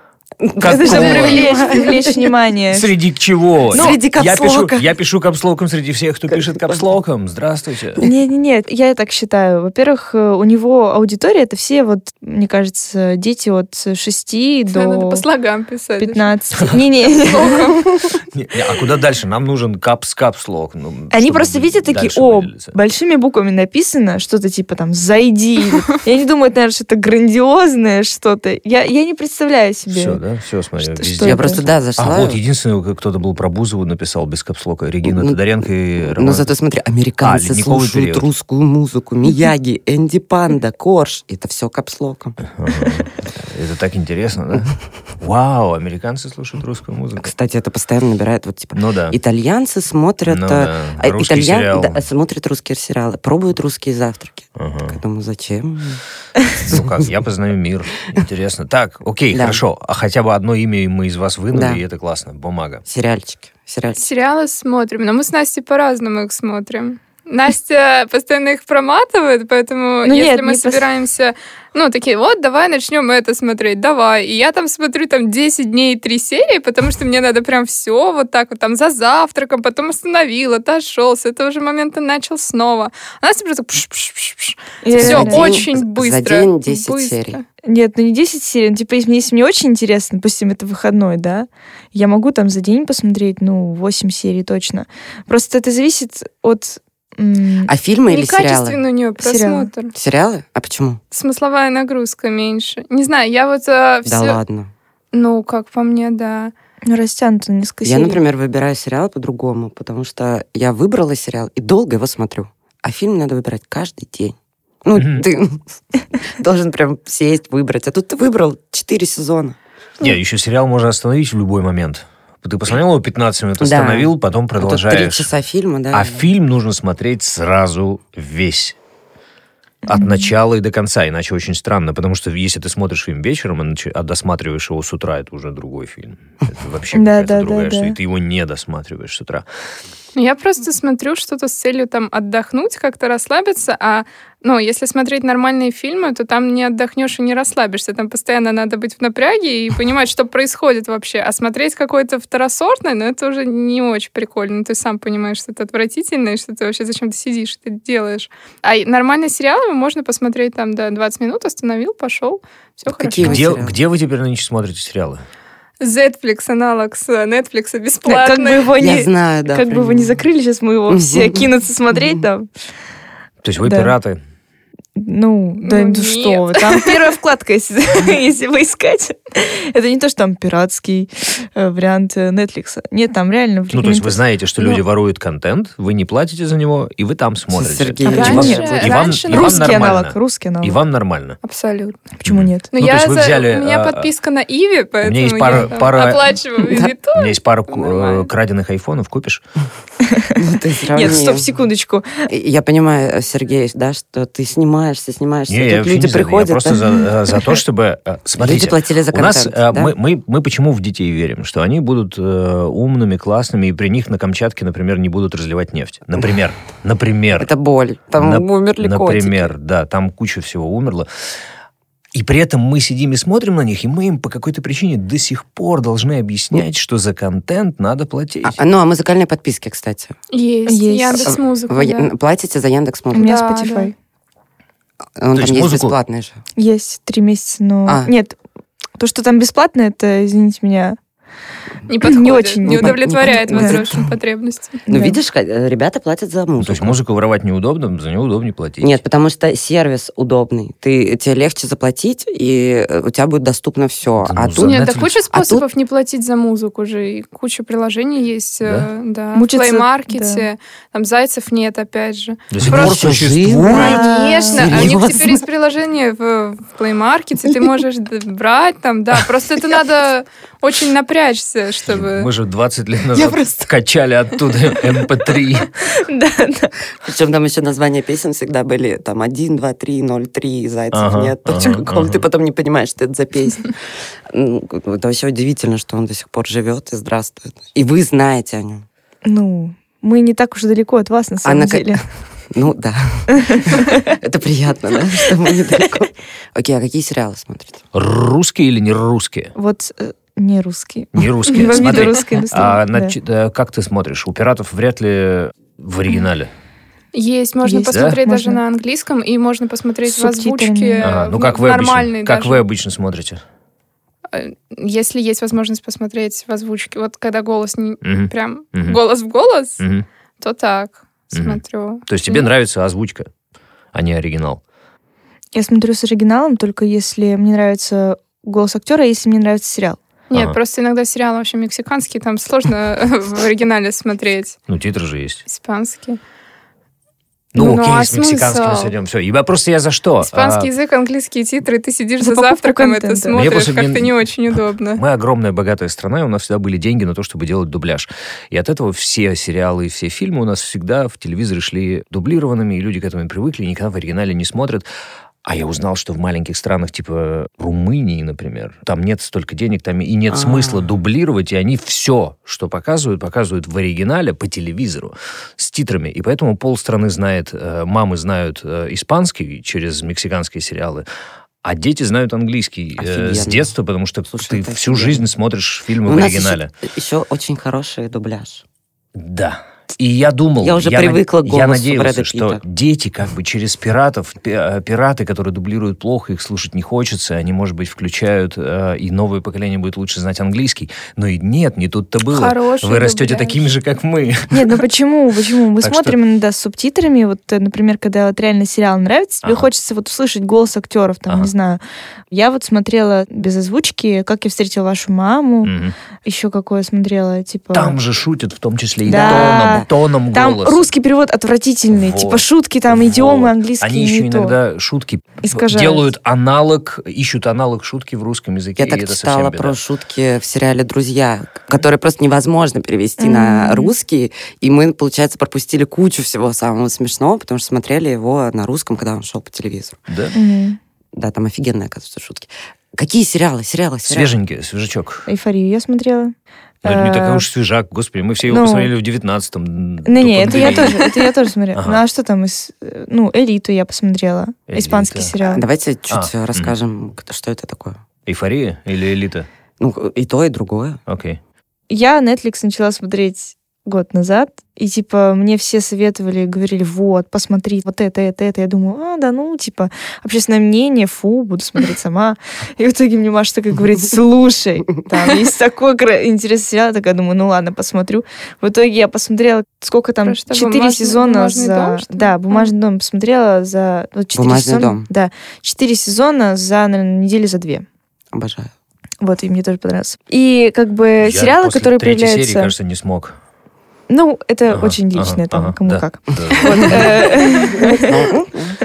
[SPEAKER 2] Это же
[SPEAKER 1] Какого?
[SPEAKER 2] привлечь, привлечь внимание.
[SPEAKER 1] Среди чего?
[SPEAKER 3] Ну, Среди
[SPEAKER 1] я пишу,
[SPEAKER 3] капслока.
[SPEAKER 1] я пишу капслоком среди всех, кто пишет капслоком. Здравствуйте.
[SPEAKER 2] Не-не-не, я так считаю. Во-первых, э, у него аудитория — это все, вот, мне кажется, дети от шести
[SPEAKER 4] Надо
[SPEAKER 2] до
[SPEAKER 4] по слогам писать.
[SPEAKER 2] пятнадцати. Не-не.
[SPEAKER 1] Не, не, а куда дальше? Нам нужен капс капслок. Ну,
[SPEAKER 2] Они
[SPEAKER 1] чтобы
[SPEAKER 2] просто видят такие,
[SPEAKER 1] дальше
[SPEAKER 2] о,
[SPEAKER 1] выделиться.
[SPEAKER 2] большими буквами написано, что-то типа там «зайди». Я не думаю, это, наверное, что-то грандиозное что-то. Я, я не представляю себе.
[SPEAKER 1] Все, да? Все, смотри,
[SPEAKER 2] Что-
[SPEAKER 1] везде.
[SPEAKER 2] что
[SPEAKER 3] Я
[SPEAKER 2] это?
[SPEAKER 3] просто, да, зашла.
[SPEAKER 1] А вот единственное, кто-то был про Бузову написал без капслока. Регина
[SPEAKER 3] Ну,
[SPEAKER 1] Тодоренко и Роман.
[SPEAKER 3] Но зато смотри, американцы
[SPEAKER 1] А, ледниковый
[SPEAKER 3] слушают
[SPEAKER 1] период.
[SPEAKER 3] русскую музыку. Мияги, Энди Панда, Корж. Это все капслоком.
[SPEAKER 1] Ага. Это так интересно, да? Вау, американцы слушают русскую музыку.
[SPEAKER 3] Кстати, это постоянно набирает вот типа...
[SPEAKER 1] Ну да.
[SPEAKER 3] Итальянцы смотрят...
[SPEAKER 1] Ну
[SPEAKER 3] э,
[SPEAKER 1] да,
[SPEAKER 3] а,
[SPEAKER 1] русские
[SPEAKER 3] итальян-
[SPEAKER 1] сериалы.
[SPEAKER 3] да, смотрят русские сериалы, пробуют русские завтраки.
[SPEAKER 1] Ага.
[SPEAKER 3] Я думаю, зачем?
[SPEAKER 1] Ну как, я познаю мир. Интересно. Так, окей,
[SPEAKER 3] Да.
[SPEAKER 1] хорошо. А хотя хотя бы одно имя мы из вас вынули,
[SPEAKER 3] Да.
[SPEAKER 1] и это классно. Бумага.
[SPEAKER 3] Сериальчики. Сериальчики.
[SPEAKER 4] Сериалы смотрим, но мы с Настей по-разному их смотрим. Настя постоянно их проматывает, поэтому
[SPEAKER 2] Ну
[SPEAKER 4] если
[SPEAKER 2] нет,
[SPEAKER 4] мы
[SPEAKER 2] не пос-
[SPEAKER 4] собираемся, ну, такие, вот, давай начнем это смотреть, давай. И я там смотрю там десять дней и три серии, потому что мне надо прям все вот так вот там за завтраком, потом остановил, отошел, с этого же момента начал снова. А Настя просто пш-пш-пш-пш.
[SPEAKER 2] Я
[SPEAKER 4] Все
[SPEAKER 2] реально-
[SPEAKER 4] очень
[SPEAKER 3] за
[SPEAKER 4] быстро.
[SPEAKER 3] день десять
[SPEAKER 4] быстро.
[SPEAKER 3] серий.
[SPEAKER 2] Нет, ну не десять серий. Ну, типа, если мне, если мне очень интересно, допустим, это выходной, да, я могу там за день посмотреть, ну, восемь серий точно. Просто это зависит от... м,
[SPEAKER 3] А фильмы или сериалы?
[SPEAKER 4] Некачественный у нее
[SPEAKER 2] Сериалы.
[SPEAKER 4] просмотр.
[SPEAKER 3] Сериалы? А почему?
[SPEAKER 4] Смысловая нагрузка меньше. Не знаю, я вот э,
[SPEAKER 3] Да
[SPEAKER 4] все...
[SPEAKER 3] ладно.
[SPEAKER 4] Ну, как по мне, да.
[SPEAKER 2] ну, растянуто на несколько
[SPEAKER 3] Я,
[SPEAKER 2] серий.
[SPEAKER 3] например, выбираю сериал по-другому, потому что я выбрала сериал и долго его смотрю. А фильм надо выбирать каждый день. Ну,
[SPEAKER 1] Мгм.
[SPEAKER 3] ты должен прям сесть, выбрать. А тут ты выбрал четыре сезона.
[SPEAKER 1] Не, еще сериал можно остановить в любой момент. Ты посмотрел его пятнадцать минут,
[SPEAKER 3] Да.
[SPEAKER 1] остановил, потом
[SPEAKER 3] А тут три
[SPEAKER 1] продолжаешь.
[SPEAKER 3] часа фильма, да.
[SPEAKER 1] А фильм нужно смотреть сразу весь. От
[SPEAKER 2] Мгм.
[SPEAKER 1] начала и до конца, иначе очень странно, потому что если ты смотришь фильм вечером, а нач- а досматриваешь его с утра, это уже другой фильм. Это вообще
[SPEAKER 2] Да,
[SPEAKER 1] какая-то
[SPEAKER 2] да,
[SPEAKER 1] другая
[SPEAKER 2] да,
[SPEAKER 1] история.
[SPEAKER 2] да.
[SPEAKER 1] Ты его не досматриваешь с утра.
[SPEAKER 4] Я просто смотрю что-то с целью там отдохнуть, как-то расслабиться, а ну, если смотреть нормальные фильмы, то там не отдохнешь и не расслабишься. Там постоянно надо быть в напряге и понимать, что происходит вообще. А смотреть какой-то второсортный, ну, это уже не очень прикольно. Ты сам понимаешь, что это отвратительно, и что ты вообще зачем ты сидишь, что ты делаешь. А и нормальные сериалы можно посмотреть там, да, двадцать минут, остановил, пошел, все
[SPEAKER 3] Какие
[SPEAKER 4] хорошо.
[SPEAKER 3] вы
[SPEAKER 1] Где,
[SPEAKER 3] сериалы?
[SPEAKER 1] где вы теперь нынче смотрите сериалы?
[SPEAKER 4] Netflix, аналог с Netflix
[SPEAKER 2] Да, как бы
[SPEAKER 4] бесплатный.
[SPEAKER 2] его
[SPEAKER 3] Я
[SPEAKER 2] не...
[SPEAKER 3] знаю, да.
[SPEAKER 2] как бы его не закрыли, сейчас мы его все кинутся смотреть там.
[SPEAKER 1] То есть вы
[SPEAKER 2] Да.
[SPEAKER 1] пираты?
[SPEAKER 2] Ну, да
[SPEAKER 4] Ну,
[SPEAKER 2] ну что
[SPEAKER 4] нет.
[SPEAKER 2] вы, там первая вкладка, если, если вы искать. Это не то, что там пиратский э, вариант э, Netflix. Нет, там реально... в
[SPEAKER 1] Ну, то есть вы
[SPEAKER 2] рекомендациях-
[SPEAKER 1] знаете, что
[SPEAKER 2] Ну.
[SPEAKER 1] люди воруют контент, вы не платите за него, и вы там смотрите.
[SPEAKER 3] Сергей,
[SPEAKER 1] И вам-
[SPEAKER 2] раньше-
[SPEAKER 1] и вам,
[SPEAKER 4] раньше
[SPEAKER 1] и вам
[SPEAKER 2] Русский
[SPEAKER 1] нормально.
[SPEAKER 2] аналог, русский аналог.
[SPEAKER 1] И вам нормально.
[SPEAKER 4] Абсолютно.
[SPEAKER 2] Почему нет?
[SPEAKER 4] Но
[SPEAKER 1] Ну, то
[SPEAKER 4] я
[SPEAKER 1] есть вы
[SPEAKER 4] за-
[SPEAKER 1] взяли,
[SPEAKER 4] у меня
[SPEAKER 1] а,
[SPEAKER 4] подписка на Иви, поэтому
[SPEAKER 1] есть пара-
[SPEAKER 4] я там
[SPEAKER 1] пара-
[SPEAKER 4] оплачиваю
[SPEAKER 3] Да.
[SPEAKER 4] и то.
[SPEAKER 1] У меня есть пара ку-
[SPEAKER 4] Нормально.
[SPEAKER 1] э, краденных айфонов, купишь?
[SPEAKER 3] Ну, ты сравни.
[SPEAKER 2] Нет, стоп, секундочку.
[SPEAKER 3] Я понимаю, Сергей, да, что ты снимаешься, снимаешься.
[SPEAKER 1] Не,
[SPEAKER 3] Тут
[SPEAKER 1] я вообще
[SPEAKER 3] люди
[SPEAKER 1] не за это.
[SPEAKER 3] приходят.
[SPEAKER 1] Я просто
[SPEAKER 3] да.
[SPEAKER 1] за, за то, чтобы... э, Смотрите,
[SPEAKER 3] Люди платили за
[SPEAKER 1] у нас
[SPEAKER 3] контент,
[SPEAKER 1] э,
[SPEAKER 3] да?
[SPEAKER 1] мы, мы, мы почему в детей верим? Что они будут э, умными, классными, и при них на Камчатке, например, не будут разливать нефть. Например. Например.
[SPEAKER 3] Это боль. Там
[SPEAKER 1] На-
[SPEAKER 3] умерли котики.
[SPEAKER 1] Например, да, там куча всего умерло. И при этом мы сидим и смотрим на них, и мы им по какой-то причине до сих пор должны объяснять, что за контент надо платить.
[SPEAKER 3] А, ну, а музыкальные подписки, кстати.
[SPEAKER 4] Есть.
[SPEAKER 2] Есть.
[SPEAKER 4] Яндекс.Музыка,
[SPEAKER 3] Вы
[SPEAKER 4] да.
[SPEAKER 3] платите за
[SPEAKER 2] У
[SPEAKER 3] Яндекс.Музыку?
[SPEAKER 2] меня
[SPEAKER 4] Да,
[SPEAKER 2] Spotify.
[SPEAKER 3] Он
[SPEAKER 1] То есть
[SPEAKER 3] там есть
[SPEAKER 1] музыку-
[SPEAKER 3] бесплатный же.
[SPEAKER 2] Есть три месяца, но...
[SPEAKER 3] А.
[SPEAKER 2] Нет, то, что там бесплатно, это, извините меня...
[SPEAKER 4] Не подходит,
[SPEAKER 2] Не очень,
[SPEAKER 4] не
[SPEAKER 2] не под-
[SPEAKER 4] удовлетворяет
[SPEAKER 2] не подходит.
[SPEAKER 4] возросшим потребностям.
[SPEAKER 3] Ну,
[SPEAKER 2] да.
[SPEAKER 3] видишь, ка- ребята платят за
[SPEAKER 1] Ну,
[SPEAKER 3] музыку.
[SPEAKER 1] то есть музыку воровать неудобно, за нее удобнее платить.
[SPEAKER 3] Нет, потому что сервис удобный. Ты, тебе легче заплатить, и э, у тебя будет доступно все.
[SPEAKER 1] Да,
[SPEAKER 3] а
[SPEAKER 1] ну,
[SPEAKER 3] тут...
[SPEAKER 1] за
[SPEAKER 4] Нет, да
[SPEAKER 1] Netflix.
[SPEAKER 4] куча
[SPEAKER 3] А
[SPEAKER 4] способов не платить за музыку же. И куча приложений есть. э, Да. В
[SPEAKER 2] Мучиться,
[SPEAKER 4] плеймаркете. Там зайцев нет, опять же.
[SPEAKER 1] До сих
[SPEAKER 3] Просто
[SPEAKER 1] пор существует.
[SPEAKER 3] живо.
[SPEAKER 4] Конечно, а у них
[SPEAKER 3] Серьезно?
[SPEAKER 4] теперь есть приложение в, в плеймаркете, ты можешь д- брать там, да. Просто это надо очень напрячься, чтобы...
[SPEAKER 1] Мы же двадцать лет назад
[SPEAKER 3] просто-
[SPEAKER 1] качали оттуда эм пэ три.
[SPEAKER 2] Да, да.
[SPEAKER 3] Причем там еще названия песен всегда были там один, два, три, ноль, три, зайцев
[SPEAKER 1] Ага,
[SPEAKER 3] нет,
[SPEAKER 1] ага,
[SPEAKER 3] точка ком.
[SPEAKER 1] ага.
[SPEAKER 3] Ты потом не понимаешь, что это за песня. Ну, это вообще удивительно, что он до сих пор живет и здравствует. И вы знаете о нем.
[SPEAKER 2] Ну, мы не так уж далеко от вас, на самом
[SPEAKER 3] на ка-
[SPEAKER 2] деле.
[SPEAKER 3] Ну, да. Это приятно, да, что мы недалеко. Окей, а какие сериалы смотрите?
[SPEAKER 1] Русские или не русские?
[SPEAKER 2] Вот э, не русский.
[SPEAKER 1] Не русские.
[SPEAKER 2] Во
[SPEAKER 1] Смотри,
[SPEAKER 2] виде русской индустрии.
[SPEAKER 1] а
[SPEAKER 2] да.
[SPEAKER 1] нач- э, как ты смотришь? У пиратов вряд ли в оригинале.
[SPEAKER 4] Есть, можно
[SPEAKER 2] Есть.
[SPEAKER 4] посмотреть
[SPEAKER 2] Да?
[SPEAKER 4] даже
[SPEAKER 2] Можно.
[SPEAKER 4] на английском, и можно посмотреть
[SPEAKER 2] С
[SPEAKER 4] в озвучке
[SPEAKER 2] субтитрами.
[SPEAKER 1] Ага, ну
[SPEAKER 4] в-
[SPEAKER 1] как вы обычно,
[SPEAKER 4] нормальной
[SPEAKER 1] как
[SPEAKER 4] даже.
[SPEAKER 1] вы обычно смотрите?
[SPEAKER 4] Э, Если есть возможность посмотреть в озвучке, вот когда голос не
[SPEAKER 1] Мгм,
[SPEAKER 4] прям
[SPEAKER 1] Мгм.
[SPEAKER 4] голос в голос,
[SPEAKER 1] мгм.
[SPEAKER 4] то так
[SPEAKER 1] Мгм.
[SPEAKER 4] смотрю.
[SPEAKER 1] То есть тебе нравится озвучка, а не оригинал?
[SPEAKER 2] Я смотрю с оригиналом, только если мне нравится голос актера, если мне нравится сериал.
[SPEAKER 4] Нет,
[SPEAKER 1] Ага.
[SPEAKER 4] просто иногда сериалы вообще мексиканские, там сложно в оригинале смотреть.
[SPEAKER 1] Ну, титры же есть.
[SPEAKER 4] Испанский.
[SPEAKER 1] Ну,
[SPEAKER 4] Ну,
[SPEAKER 1] окей,
[SPEAKER 4] а
[SPEAKER 1] с мексиканским
[SPEAKER 4] смысл?
[SPEAKER 1] сойдем. Все. Я просто я за что?
[SPEAKER 4] Испанский
[SPEAKER 1] А,
[SPEAKER 4] язык, английские титры, ты сидишь
[SPEAKER 2] За
[SPEAKER 4] за
[SPEAKER 2] покупку
[SPEAKER 4] завтраком, это
[SPEAKER 2] контента.
[SPEAKER 1] Мне
[SPEAKER 4] смотришь,
[SPEAKER 1] просто
[SPEAKER 4] как-то
[SPEAKER 1] не-
[SPEAKER 4] не очень удобно.
[SPEAKER 1] Мы огромная богатая страна, и у нас всегда были деньги на то, чтобы делать дубляж. И от этого все сериалы и все фильмы у нас всегда в телевизоре шли дублированными, и люди к этому привыкли, и никогда в оригинале не смотрят. А я узнал, что в маленьких странах, типа Румынии, например, там нет столько денег, там и нет
[SPEAKER 3] А-а-а.
[SPEAKER 1] смысла дублировать, и они все, что показывают, показывают в оригинале по телевизору с титрами. И поэтому полстраны знает, мамы знают испанский через мексиканские сериалы, а дети знают английский э, с детства, потому что Слушай, ты всю офигенно. жизнь смотришь фильмы
[SPEAKER 3] У
[SPEAKER 1] в оригинале.
[SPEAKER 3] Еще, еще очень хороший дубляж.
[SPEAKER 1] Да. И я думал,
[SPEAKER 3] я уже
[SPEAKER 1] я
[SPEAKER 3] привыкла к голосу
[SPEAKER 1] я надеялся,
[SPEAKER 3] Брэда
[SPEAKER 1] что
[SPEAKER 3] Питта.
[SPEAKER 1] дети как бы через пиратов, пираты, которые дублируют плохо, их слушать не хочется, они, может быть, включают, э, и новое поколение будет лучше знать английский. Но и нет, не тут-то было.
[SPEAKER 4] Хороший
[SPEAKER 1] Вы растете
[SPEAKER 4] дубляж.
[SPEAKER 1] такими же, как мы.
[SPEAKER 2] Нет, ну почему? Почему? Мы
[SPEAKER 1] Так
[SPEAKER 2] смотрим
[SPEAKER 1] что...
[SPEAKER 2] иногда с субтитрами. Вот, например, когда вот реально сериал нравится, тебе
[SPEAKER 1] ага.
[SPEAKER 2] хочется вот услышать голос актеров, там,
[SPEAKER 1] ага.
[SPEAKER 2] не знаю. Я вот смотрела без озвучки «Как я встретила вашу маму».
[SPEAKER 1] Угу.
[SPEAKER 2] Еще какое смотрела, типа...
[SPEAKER 1] Там же шутят, в том числе и
[SPEAKER 2] да.
[SPEAKER 1] тоном, тоном
[SPEAKER 2] там
[SPEAKER 1] голоса.
[SPEAKER 2] Русский перевод отвратительный.
[SPEAKER 1] Вот.
[SPEAKER 2] Типа шутки, там
[SPEAKER 1] вот.
[SPEAKER 2] идиомы английские.
[SPEAKER 1] Они еще
[SPEAKER 2] не
[SPEAKER 1] иногда
[SPEAKER 2] то.
[SPEAKER 1] шутки
[SPEAKER 2] Искажают.
[SPEAKER 1] делают аналог, ищут аналог шутки в русском языке.
[SPEAKER 3] Я так
[SPEAKER 1] это
[SPEAKER 3] читала
[SPEAKER 1] беда.
[SPEAKER 3] про шутки в сериале «Друзья», которые просто невозможно перевести mm-hmm. на русский, и мы, получается, пропустили кучу всего самого смешного, потому что смотрели его на русском, когда он шел по телевизору.
[SPEAKER 1] Да?
[SPEAKER 2] Mm-hmm.
[SPEAKER 3] Да, там офигенные, оказывается, шутки. Какие сериалы? Сериалы, сериалы.
[SPEAKER 1] Свеженькие, свежачок.
[SPEAKER 2] «Эйфорию» я смотрела.
[SPEAKER 1] Ну, это не такой уж свежак, господи, мы все его ну, посмотрели в девятнадцатом.
[SPEAKER 2] Не, не, это я тоже, это я тоже смотрела.
[SPEAKER 1] Ага.
[SPEAKER 2] Ну, а что там из... Ну, «Элиту» я посмотрела.
[SPEAKER 1] Элита.
[SPEAKER 2] Испанский сериал.
[SPEAKER 3] Давайте чуть
[SPEAKER 1] а,
[SPEAKER 3] расскажем, mm-hmm. что это такое.
[SPEAKER 1] «Эйфория» или «Элита»?
[SPEAKER 3] Ну, и то, и другое.
[SPEAKER 1] Окей. Okay.
[SPEAKER 2] Я Netflix начала смотреть год назад, и, типа, мне все советовали, говорили, вот, посмотри, вот это, это, это. Я думаю, а, да ну, типа, общественное мнение, фу, буду смотреть сама. И в итоге мне Маша такая говорит, слушай, там есть такой интересный сериал. Я такая думаю, ну ладно, посмотрю. В итоге я посмотрела, сколько там, четыре сезона за... Дом, да, «Бумажный дом» посмотрела за... Вот,
[SPEAKER 3] «Бумажный
[SPEAKER 2] сезона,
[SPEAKER 3] дом».
[SPEAKER 2] Да, четыре сезона за, наверное, недели за две.
[SPEAKER 3] Обожаю.
[SPEAKER 2] Вот, и мне тоже понравился. И, как бы,
[SPEAKER 1] я
[SPEAKER 2] сериалы,
[SPEAKER 1] после
[SPEAKER 2] которые
[SPEAKER 1] третьей
[SPEAKER 2] появляются...
[SPEAKER 1] серии, кажется, не смог.
[SPEAKER 2] Ну, это
[SPEAKER 1] ага,
[SPEAKER 2] очень личное,
[SPEAKER 1] ага,
[SPEAKER 2] там,
[SPEAKER 1] ага,
[SPEAKER 2] кому
[SPEAKER 1] да,
[SPEAKER 2] как.
[SPEAKER 1] Да.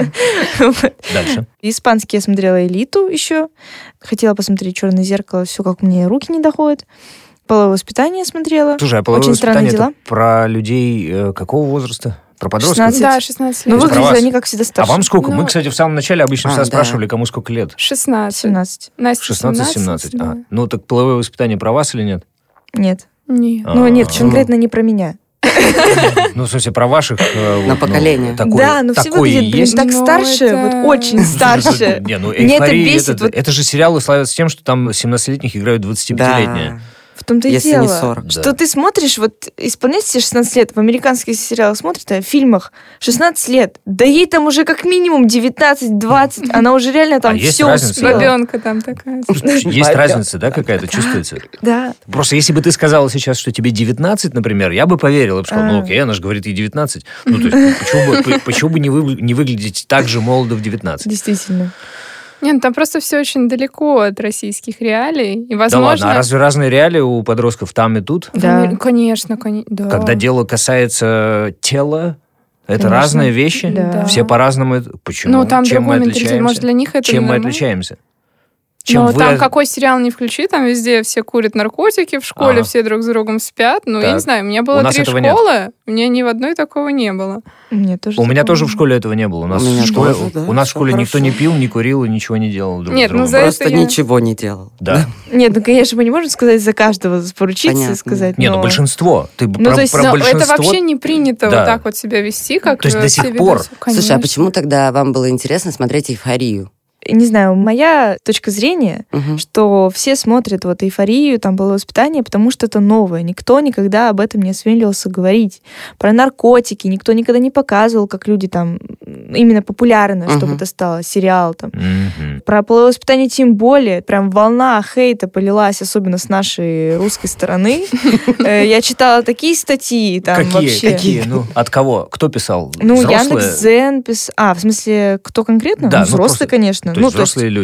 [SPEAKER 1] Дальше.
[SPEAKER 2] Испанский я смотрела «Элиту» еще. Хотела посмотреть «Черное зеркало», все как мне руки не доходят. «Половое воспитание» смотрела.
[SPEAKER 1] Слушай, а «Половое
[SPEAKER 2] очень странные
[SPEAKER 1] воспитание»
[SPEAKER 2] дела.
[SPEAKER 1] Это про людей э, какого возраста? Про подростков?
[SPEAKER 2] шестнадцать.
[SPEAKER 4] Да, шестнадцать лет.
[SPEAKER 2] Ну, выглядят они, как всегда, старше.
[SPEAKER 1] А вам сколько?
[SPEAKER 4] Ну,
[SPEAKER 1] Мы, кстати, в самом начале обычно
[SPEAKER 3] а,
[SPEAKER 1] всегда
[SPEAKER 3] да.
[SPEAKER 1] спрашивали, кому сколько лет.
[SPEAKER 4] шестнадцать.
[SPEAKER 2] семнадцать.
[SPEAKER 4] Настя
[SPEAKER 1] шестнадцать-семнадцать.
[SPEAKER 4] Да.
[SPEAKER 1] А. Ну, так «Половое воспитание» про вас или нет?
[SPEAKER 2] Нет.
[SPEAKER 4] Нет.
[SPEAKER 2] Ну, нет,
[SPEAKER 1] А.
[SPEAKER 2] конкретно не про меня.
[SPEAKER 1] Ну, в смысле, про ваших...
[SPEAKER 3] На поколение.
[SPEAKER 2] Да, ну все
[SPEAKER 1] такое
[SPEAKER 2] выглядят, блин,
[SPEAKER 1] есть?
[SPEAKER 2] так
[SPEAKER 4] Ну,
[SPEAKER 2] старше,
[SPEAKER 4] это-
[SPEAKER 2] вот очень старше.
[SPEAKER 1] Не, ну,
[SPEAKER 2] Меня это
[SPEAKER 1] «Эйфория»
[SPEAKER 2] бесит,
[SPEAKER 1] это,
[SPEAKER 2] вот-
[SPEAKER 1] это же сериалы славятся тем, что там семнадцатилетних играют двадцатипятилетние.
[SPEAKER 3] Да.
[SPEAKER 2] В том-то и
[SPEAKER 3] Если
[SPEAKER 2] дело,
[SPEAKER 3] не сорок.
[SPEAKER 2] что
[SPEAKER 1] Да.
[SPEAKER 2] ты смотришь, вот исполняется тебе шестнадцать лет, в американских сериалах смотрят, а в фильмах шестнадцать лет, да ей там уже как минимум девятнадцать-двадцать, она уже реально там
[SPEAKER 1] А есть
[SPEAKER 2] все
[SPEAKER 1] разница?
[SPEAKER 2] успела.
[SPEAKER 4] Бабенка там такая.
[SPEAKER 1] Есть разница, да, какая-то чувствуется?
[SPEAKER 2] Да.
[SPEAKER 1] Просто если бы ты сказала сейчас, что тебе девятнадцать, например, я бы поверил, я бы сказал, ну
[SPEAKER 2] А.
[SPEAKER 1] окей, она же говорит ей девятнадцать. Ну, то есть, почему бы, почему бы не, вы, не выглядеть так же молодо в девятнадцать?
[SPEAKER 2] Действительно.
[SPEAKER 4] Не, ну там просто все очень далеко от российских реалий. И,
[SPEAKER 1] Да
[SPEAKER 4] возможно...
[SPEAKER 1] ладно, а разве разные реалии у подростков там и тут?
[SPEAKER 2] Да.
[SPEAKER 4] Кон- Конечно, конечно. Да.
[SPEAKER 1] Когда дело касается тела, это
[SPEAKER 2] Конечно.
[SPEAKER 1] разные вещи?
[SPEAKER 2] Да.
[SPEAKER 1] Все по-разному. это- Почему?
[SPEAKER 4] Ну, там
[SPEAKER 1] Чем мы
[SPEAKER 4] другой менталитет.
[SPEAKER 1] отличаемся?
[SPEAKER 4] Может, для них это
[SPEAKER 1] Чем мы
[SPEAKER 4] нормально?
[SPEAKER 1] отличаемся? Чем
[SPEAKER 4] Ну,
[SPEAKER 1] вы...
[SPEAKER 4] там какой сериал не включи, там везде все курят наркотики, в школе
[SPEAKER 1] Ага.
[SPEAKER 4] все друг с другом спят. Ну, я
[SPEAKER 1] Так.
[SPEAKER 4] не знаю, у меня
[SPEAKER 1] У
[SPEAKER 4] было
[SPEAKER 1] нас
[SPEAKER 4] три
[SPEAKER 1] этого нет.
[SPEAKER 4] школы, у меня ни в одной такого не было.
[SPEAKER 2] Мне тоже
[SPEAKER 1] У меня
[SPEAKER 2] такого
[SPEAKER 1] тоже в
[SPEAKER 2] нет.
[SPEAKER 1] школе этого не было. У нас
[SPEAKER 3] У меня
[SPEAKER 1] в школе,
[SPEAKER 3] тоже, да,
[SPEAKER 1] у нас в
[SPEAKER 3] всё
[SPEAKER 1] школе никто
[SPEAKER 3] хорошо.
[SPEAKER 1] не пил, не курил и ничего не делал друг
[SPEAKER 4] Нет,
[SPEAKER 1] с
[SPEAKER 4] ну,
[SPEAKER 1] другом.
[SPEAKER 4] за это
[SPEAKER 3] Просто
[SPEAKER 4] я-
[SPEAKER 3] ничего не делал.
[SPEAKER 1] Да.
[SPEAKER 2] Нет, ну, конечно, мы не можем сказать за каждого, поручиться
[SPEAKER 3] Понятно.
[SPEAKER 2] и сказать.
[SPEAKER 1] Не, ну
[SPEAKER 2] но-
[SPEAKER 1] большинство. Ты
[SPEAKER 2] Ну,
[SPEAKER 1] про,
[SPEAKER 2] то есть,
[SPEAKER 1] про
[SPEAKER 4] Но
[SPEAKER 1] большинство...
[SPEAKER 4] это вообще не принято
[SPEAKER 1] Да.
[SPEAKER 4] вот так вот себя вести, как
[SPEAKER 1] То есть
[SPEAKER 4] э,
[SPEAKER 1] до
[SPEAKER 4] все
[SPEAKER 1] сих
[SPEAKER 4] ведут.
[SPEAKER 1] пор?
[SPEAKER 3] Слушай, а
[SPEAKER 4] Конечно.
[SPEAKER 3] почему тогда вам было интересно смотреть «Эйфорию»?
[SPEAKER 2] Не знаю, моя точка зрения,
[SPEAKER 3] Мгм.
[SPEAKER 2] что все смотрят вот «Эйфорию», там было воспитание, потому что это новое. Никто никогда об этом не осмеливался говорить. Про наркотики никто никогда не показывал, как люди там именно популярно, чтобы
[SPEAKER 3] Мгм.
[SPEAKER 2] это стало сериал там.
[SPEAKER 1] Мгм.
[SPEAKER 2] Про половое воспитание тем более. Прям волна хейта полилась, особенно с нашей русской стороны. Э, Я читала такие статьи там
[SPEAKER 1] Какие?
[SPEAKER 2] вообще.
[SPEAKER 1] Какие? Ну, от кого? Кто писал?
[SPEAKER 2] Ну,
[SPEAKER 1] Взрослые?
[SPEAKER 2] Яндекс.Зен писал. А, в смысле, кто конкретно?
[SPEAKER 1] Да,
[SPEAKER 2] Ну,
[SPEAKER 1] ну,
[SPEAKER 2] взрослые,
[SPEAKER 1] просто-
[SPEAKER 2] конечно.
[SPEAKER 1] То
[SPEAKER 2] Ну,
[SPEAKER 1] есть взрослые люди.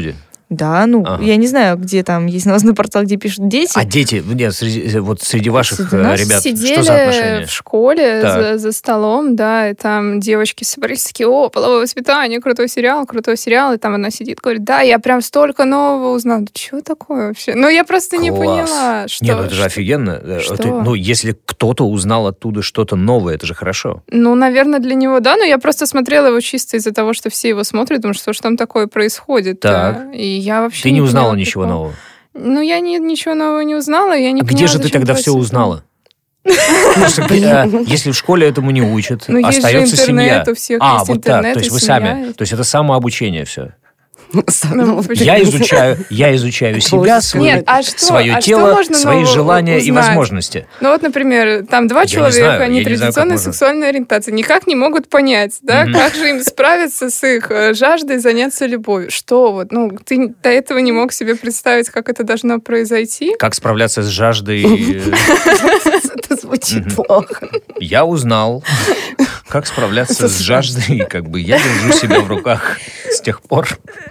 [SPEAKER 2] Да, ну,
[SPEAKER 1] Ага.
[SPEAKER 2] я не знаю, где там есть новостной портал, где пишут дети.
[SPEAKER 1] А дети, нет, среди, вот среди ваших
[SPEAKER 2] Среди
[SPEAKER 1] э,
[SPEAKER 2] нас
[SPEAKER 1] ребят,
[SPEAKER 4] Сидели
[SPEAKER 1] что за отношения?
[SPEAKER 4] в школе
[SPEAKER 1] Так.
[SPEAKER 4] за, за столом, да, и там девочки собрались такие: о, половое воспитание, крутой сериал, крутой сериал, и там она сидит, говорит: да, я прям столько нового узнала. Да что такое вообще? Ну, я просто не
[SPEAKER 1] Класс.
[SPEAKER 4] поняла, что...
[SPEAKER 1] Не, ну это же
[SPEAKER 4] что-
[SPEAKER 1] офигенно. Э,
[SPEAKER 4] что?
[SPEAKER 1] это- ну, если кто-то узнал оттуда что-то новое, это же хорошо.
[SPEAKER 4] Ну, наверное, для него, да, но я просто смотрела его чисто из-за того, что все его смотрят, потому что что ж там такое происходит.
[SPEAKER 1] Так.
[SPEAKER 4] И я вообще
[SPEAKER 1] Ты не узнала
[SPEAKER 4] поняла
[SPEAKER 1] ничего
[SPEAKER 4] прикол.
[SPEAKER 1] нового.
[SPEAKER 4] Ну, я не, ничего нового не узнала, я не
[SPEAKER 1] А где
[SPEAKER 4] поняла,
[SPEAKER 1] же ты
[SPEAKER 4] зачем
[SPEAKER 1] тогда все
[SPEAKER 4] просить.
[SPEAKER 1] узнала? Потому что, э, если в школе этому не учат,
[SPEAKER 4] Ну, есть же
[SPEAKER 1] остается
[SPEAKER 4] интернет,
[SPEAKER 1] семья.
[SPEAKER 4] у всех
[SPEAKER 1] А,
[SPEAKER 4] есть
[SPEAKER 1] вот так.
[SPEAKER 4] интернет,
[SPEAKER 1] То есть
[SPEAKER 4] и
[SPEAKER 1] вы
[SPEAKER 4] семья
[SPEAKER 1] сами.
[SPEAKER 4] есть.
[SPEAKER 1] То есть это самообучение все.
[SPEAKER 3] Ну,
[SPEAKER 1] Я изучаю, я изучаю себя, свой-
[SPEAKER 4] Нет, а что,
[SPEAKER 1] свое
[SPEAKER 4] а
[SPEAKER 1] тело,
[SPEAKER 4] что можно
[SPEAKER 1] свои
[SPEAKER 4] нового
[SPEAKER 1] желания и
[SPEAKER 4] узнать?
[SPEAKER 1] возможности.
[SPEAKER 4] Ну вот, например, там два
[SPEAKER 1] Я не
[SPEAKER 4] человека,
[SPEAKER 1] знаю,
[SPEAKER 4] они
[SPEAKER 1] я не знаю, как
[SPEAKER 4] традиционной
[SPEAKER 1] можно.
[SPEAKER 4] сексуальной ориентации, никак не могут понять, да,
[SPEAKER 1] Мгм.
[SPEAKER 4] как же им справиться с их э, жаждой заняться любовью. Что вот, ну, ты до этого не мог себе представить, как это должно произойти?
[SPEAKER 1] Как справляться с жаждой. э,
[SPEAKER 3] Это звучит
[SPEAKER 1] Мгм.
[SPEAKER 3] плохо.
[SPEAKER 1] Я узнал, как справляться с жаждой. И как бы я держу себя в руках с тех пор.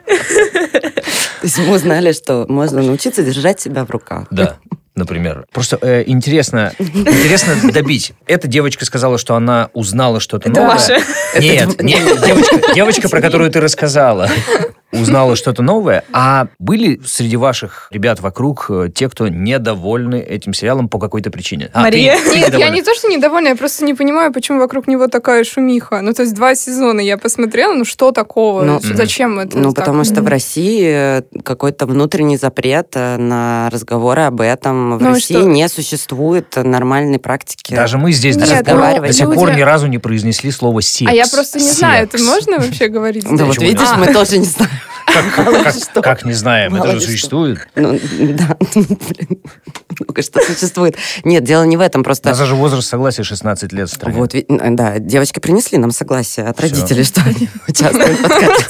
[SPEAKER 3] То есть мы узнали, что можно научиться держать себя в руках.
[SPEAKER 1] Да, например. Просто э, интересно, интересно добить. Эта девочка сказала, что она узнала что-то
[SPEAKER 2] Это
[SPEAKER 1] новое.
[SPEAKER 2] Маша.
[SPEAKER 1] Нет, нет, девочка, девочка, про которую ты рассказала, узнала что-то новое. А были среди ваших ребят вокруг э, те, кто недовольны этим сериалом по какой-то причине? А,
[SPEAKER 2] Мария?
[SPEAKER 1] ты- ты
[SPEAKER 4] Нет, я
[SPEAKER 1] недовольна.
[SPEAKER 4] не то, что недовольна, я просто не понимаю, почему вокруг него такая шумиха. Ну, то есть два сезона я посмотрела, ну что такого?
[SPEAKER 3] Ну,
[SPEAKER 4] Зачем это?
[SPEAKER 3] Ну,
[SPEAKER 4] так?
[SPEAKER 3] потому что в России какой-то внутренний запрет э, на разговоры об этом. В
[SPEAKER 4] Ну и
[SPEAKER 3] России
[SPEAKER 4] что?
[SPEAKER 3] не существует нормальной практики.
[SPEAKER 1] Даже мы здесь
[SPEAKER 4] Нет,
[SPEAKER 1] до сих пор-
[SPEAKER 3] ну,
[SPEAKER 1] до сих пор
[SPEAKER 4] люди-
[SPEAKER 1] ни разу не произнесли слово «секс».
[SPEAKER 4] А я просто не знаю, это
[SPEAKER 1] Секс.
[SPEAKER 4] можно вообще говорить
[SPEAKER 3] Да,
[SPEAKER 4] здесь?
[SPEAKER 3] вот
[SPEAKER 1] Почему
[SPEAKER 3] видишь,
[SPEAKER 1] нет?
[SPEAKER 3] мы тоже не знаем.
[SPEAKER 1] Как, как-
[SPEAKER 3] Мало
[SPEAKER 1] как-
[SPEAKER 3] ли что.
[SPEAKER 1] как не знаем,
[SPEAKER 3] Мало
[SPEAKER 1] это
[SPEAKER 3] ли
[SPEAKER 1] же
[SPEAKER 3] что.
[SPEAKER 1] существует.
[SPEAKER 3] Ну, да, блин, много что существует. Нет, дело не в этом,
[SPEAKER 1] У
[SPEAKER 3] просто...
[SPEAKER 1] нас даже возраст согласия шестнадцать лет в стране.
[SPEAKER 3] Вот, ви- да, девочки принесли нам согласие от
[SPEAKER 1] Всё.
[SPEAKER 3] родителей, что они участвуют в подкасте.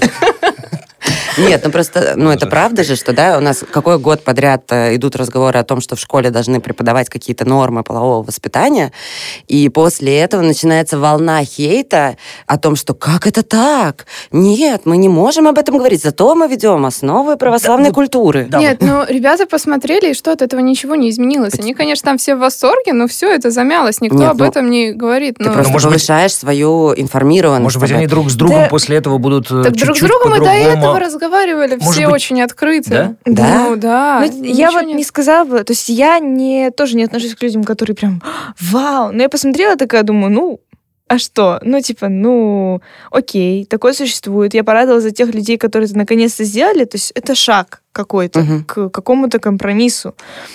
[SPEAKER 3] Нет, ну просто, ну это правда же, что, да, у нас какой год подряд э, идут разговоры о том, что в школе должны преподавать какие-то нормы полового воспитания, и после этого начинается волна хейта о том, что как это так? Нет, мы не можем об этом говорить, зато мы ведем основы православной
[SPEAKER 1] вот-
[SPEAKER 3] культуры.
[SPEAKER 1] Да,
[SPEAKER 4] Нет, ну ребята посмотрели, и что от этого ничего не изменилось. Они, конечно, там все в восторге, но все это замялось. Никто
[SPEAKER 3] Нет,
[SPEAKER 4] об
[SPEAKER 3] ну,
[SPEAKER 4] этом не говорит.
[SPEAKER 3] Ты
[SPEAKER 4] Ну,
[SPEAKER 3] просто
[SPEAKER 1] может быть-
[SPEAKER 3] повышаешь свою информированность.
[SPEAKER 1] Может быть,
[SPEAKER 3] об
[SPEAKER 1] они
[SPEAKER 3] этом.
[SPEAKER 1] друг с другом
[SPEAKER 2] Да.
[SPEAKER 1] после этого будут э,
[SPEAKER 4] так друг с
[SPEAKER 1] чуть-чуть
[SPEAKER 4] другом и до
[SPEAKER 1] по-другому.
[SPEAKER 4] этого разговаривали,
[SPEAKER 1] Может
[SPEAKER 4] все
[SPEAKER 1] быть-
[SPEAKER 4] очень открыты.
[SPEAKER 1] Да?
[SPEAKER 3] Да?
[SPEAKER 4] Ну, да.
[SPEAKER 2] Ну, я
[SPEAKER 4] ничего
[SPEAKER 2] вот
[SPEAKER 4] нет.
[SPEAKER 2] не сказала бы, то есть я не, тоже не отношусь к людям, которые прям вау. Но я посмотрела, такая думаю, ну, а что? Ну, типа, ну, окей, такое существует. Я порадовалась за тех людей, которые это наконец-то сделали. То есть это шаг какой-то
[SPEAKER 3] Мгм.
[SPEAKER 2] к какому-то компромиссу.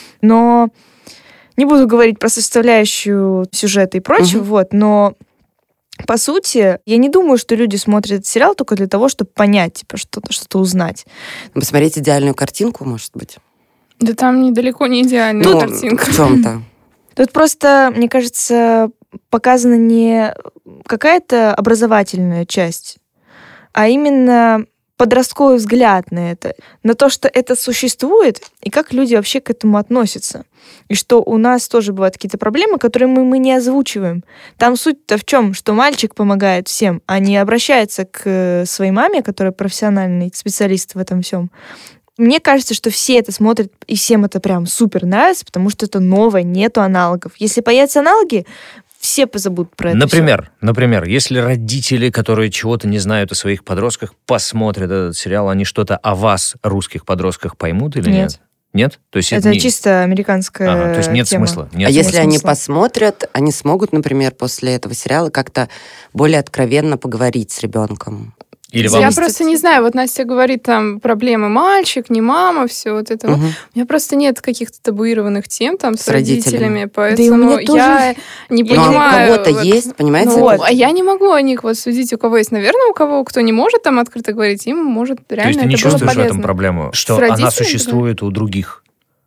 [SPEAKER 2] Но не буду говорить про составляющую сюжета и прочего,
[SPEAKER 3] Мгм.
[SPEAKER 2] вот, но по сути, я не думаю, что люди смотрят этот сериал только для того, чтобы понять, типа, что-то, что-то узнать.
[SPEAKER 3] Посмотреть идеальную картинку, может быть.
[SPEAKER 4] Да там недалеко не идеальная
[SPEAKER 3] Ну,
[SPEAKER 4] картинка.
[SPEAKER 3] в чем-то.
[SPEAKER 2] Тут просто, мне кажется, показана не какая-то образовательная часть, а именно подростковый взгляд на это, на то, что это существует, и как люди вообще к этому относятся. И что у нас тоже бывают какие-то проблемы, которые мы, мы не озвучиваем. Там суть-то в чем? Что мальчик помогает всем, а не обращается к своей маме, которая профессиональный специалист в этом всем. Мне кажется, что все это смотрят, и всем это прям супер нравится, потому что это новое, нету аналогов. Если появятся аналоги, все позабудут про это.
[SPEAKER 1] Например, например, если родители, которые чего-то не знают о своих подростках, посмотрят этот сериал, они что-то о вас, русских подростках, поймут или нет?
[SPEAKER 2] Нет.
[SPEAKER 1] Нет? То есть
[SPEAKER 2] всё. Это
[SPEAKER 1] не-
[SPEAKER 2] чисто американская
[SPEAKER 1] Ага, то есть нет
[SPEAKER 2] тема.
[SPEAKER 1] смысла. Нет
[SPEAKER 3] А если
[SPEAKER 2] смысла.
[SPEAKER 3] они посмотрят, они смогут, например, после этого сериала как-то более откровенно поговорить с ребенком.
[SPEAKER 1] Или
[SPEAKER 4] Я
[SPEAKER 1] вам...
[SPEAKER 2] Зависит
[SPEAKER 4] просто
[SPEAKER 2] от-
[SPEAKER 4] не знаю, вот Настя говорит, там проблемы мальчик, не мама, все вот это. вот.
[SPEAKER 3] Мгм.
[SPEAKER 4] У меня просто нет каких-то табуированных тем там с,
[SPEAKER 3] С родителями.
[SPEAKER 4] родителями,
[SPEAKER 2] Да и у
[SPEAKER 4] поэтому
[SPEAKER 2] меня тоже
[SPEAKER 4] я не
[SPEAKER 3] Ну, а у
[SPEAKER 4] понимаю.
[SPEAKER 3] кого-то
[SPEAKER 4] вот.
[SPEAKER 3] есть, понимаете?
[SPEAKER 4] Ну,
[SPEAKER 2] Вот.
[SPEAKER 4] а я не могу о них вот судить, у кого есть. Наверное, у кого, кто не может там открыто говорить, им может
[SPEAKER 1] То
[SPEAKER 4] реально
[SPEAKER 1] есть ты не
[SPEAKER 4] это было
[SPEAKER 1] чувствуешь в
[SPEAKER 4] полезно.
[SPEAKER 1] этом проблему, что
[SPEAKER 4] родителями,
[SPEAKER 1] она существует у других?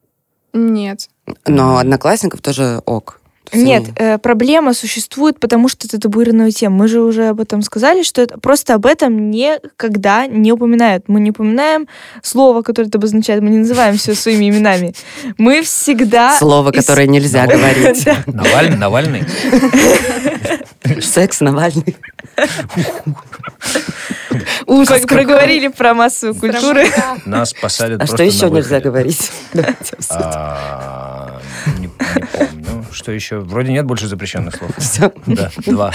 [SPEAKER 4] Нет.
[SPEAKER 3] Но одноклассников тоже ок. То есть
[SPEAKER 2] Нет,
[SPEAKER 3] они-
[SPEAKER 2] э, проблема существует, потому что это табуированная тема. Мы же уже об этом сказали, что это просто об этом никогда не упоминают. Мы не упоминаем слово, которое это обозначает, мы не называем все своими именами. Мы всегда...
[SPEAKER 3] Слово,
[SPEAKER 2] из-
[SPEAKER 3] которое нельзя
[SPEAKER 1] Ну,
[SPEAKER 3] говорить.
[SPEAKER 2] Да.
[SPEAKER 1] Навальный? Навальный?
[SPEAKER 3] Секс Навальный.
[SPEAKER 2] Уж проговорили про массовую культуру.
[SPEAKER 1] Нас посадят
[SPEAKER 3] А
[SPEAKER 1] просто
[SPEAKER 3] что еще
[SPEAKER 1] на
[SPEAKER 3] нельзя
[SPEAKER 1] выходе.
[SPEAKER 3] говорить? Давайте обсудим.
[SPEAKER 1] А, Не не помню. Что еще? Вроде нет больше запрещенных слов.
[SPEAKER 3] Всё.
[SPEAKER 1] Да, два.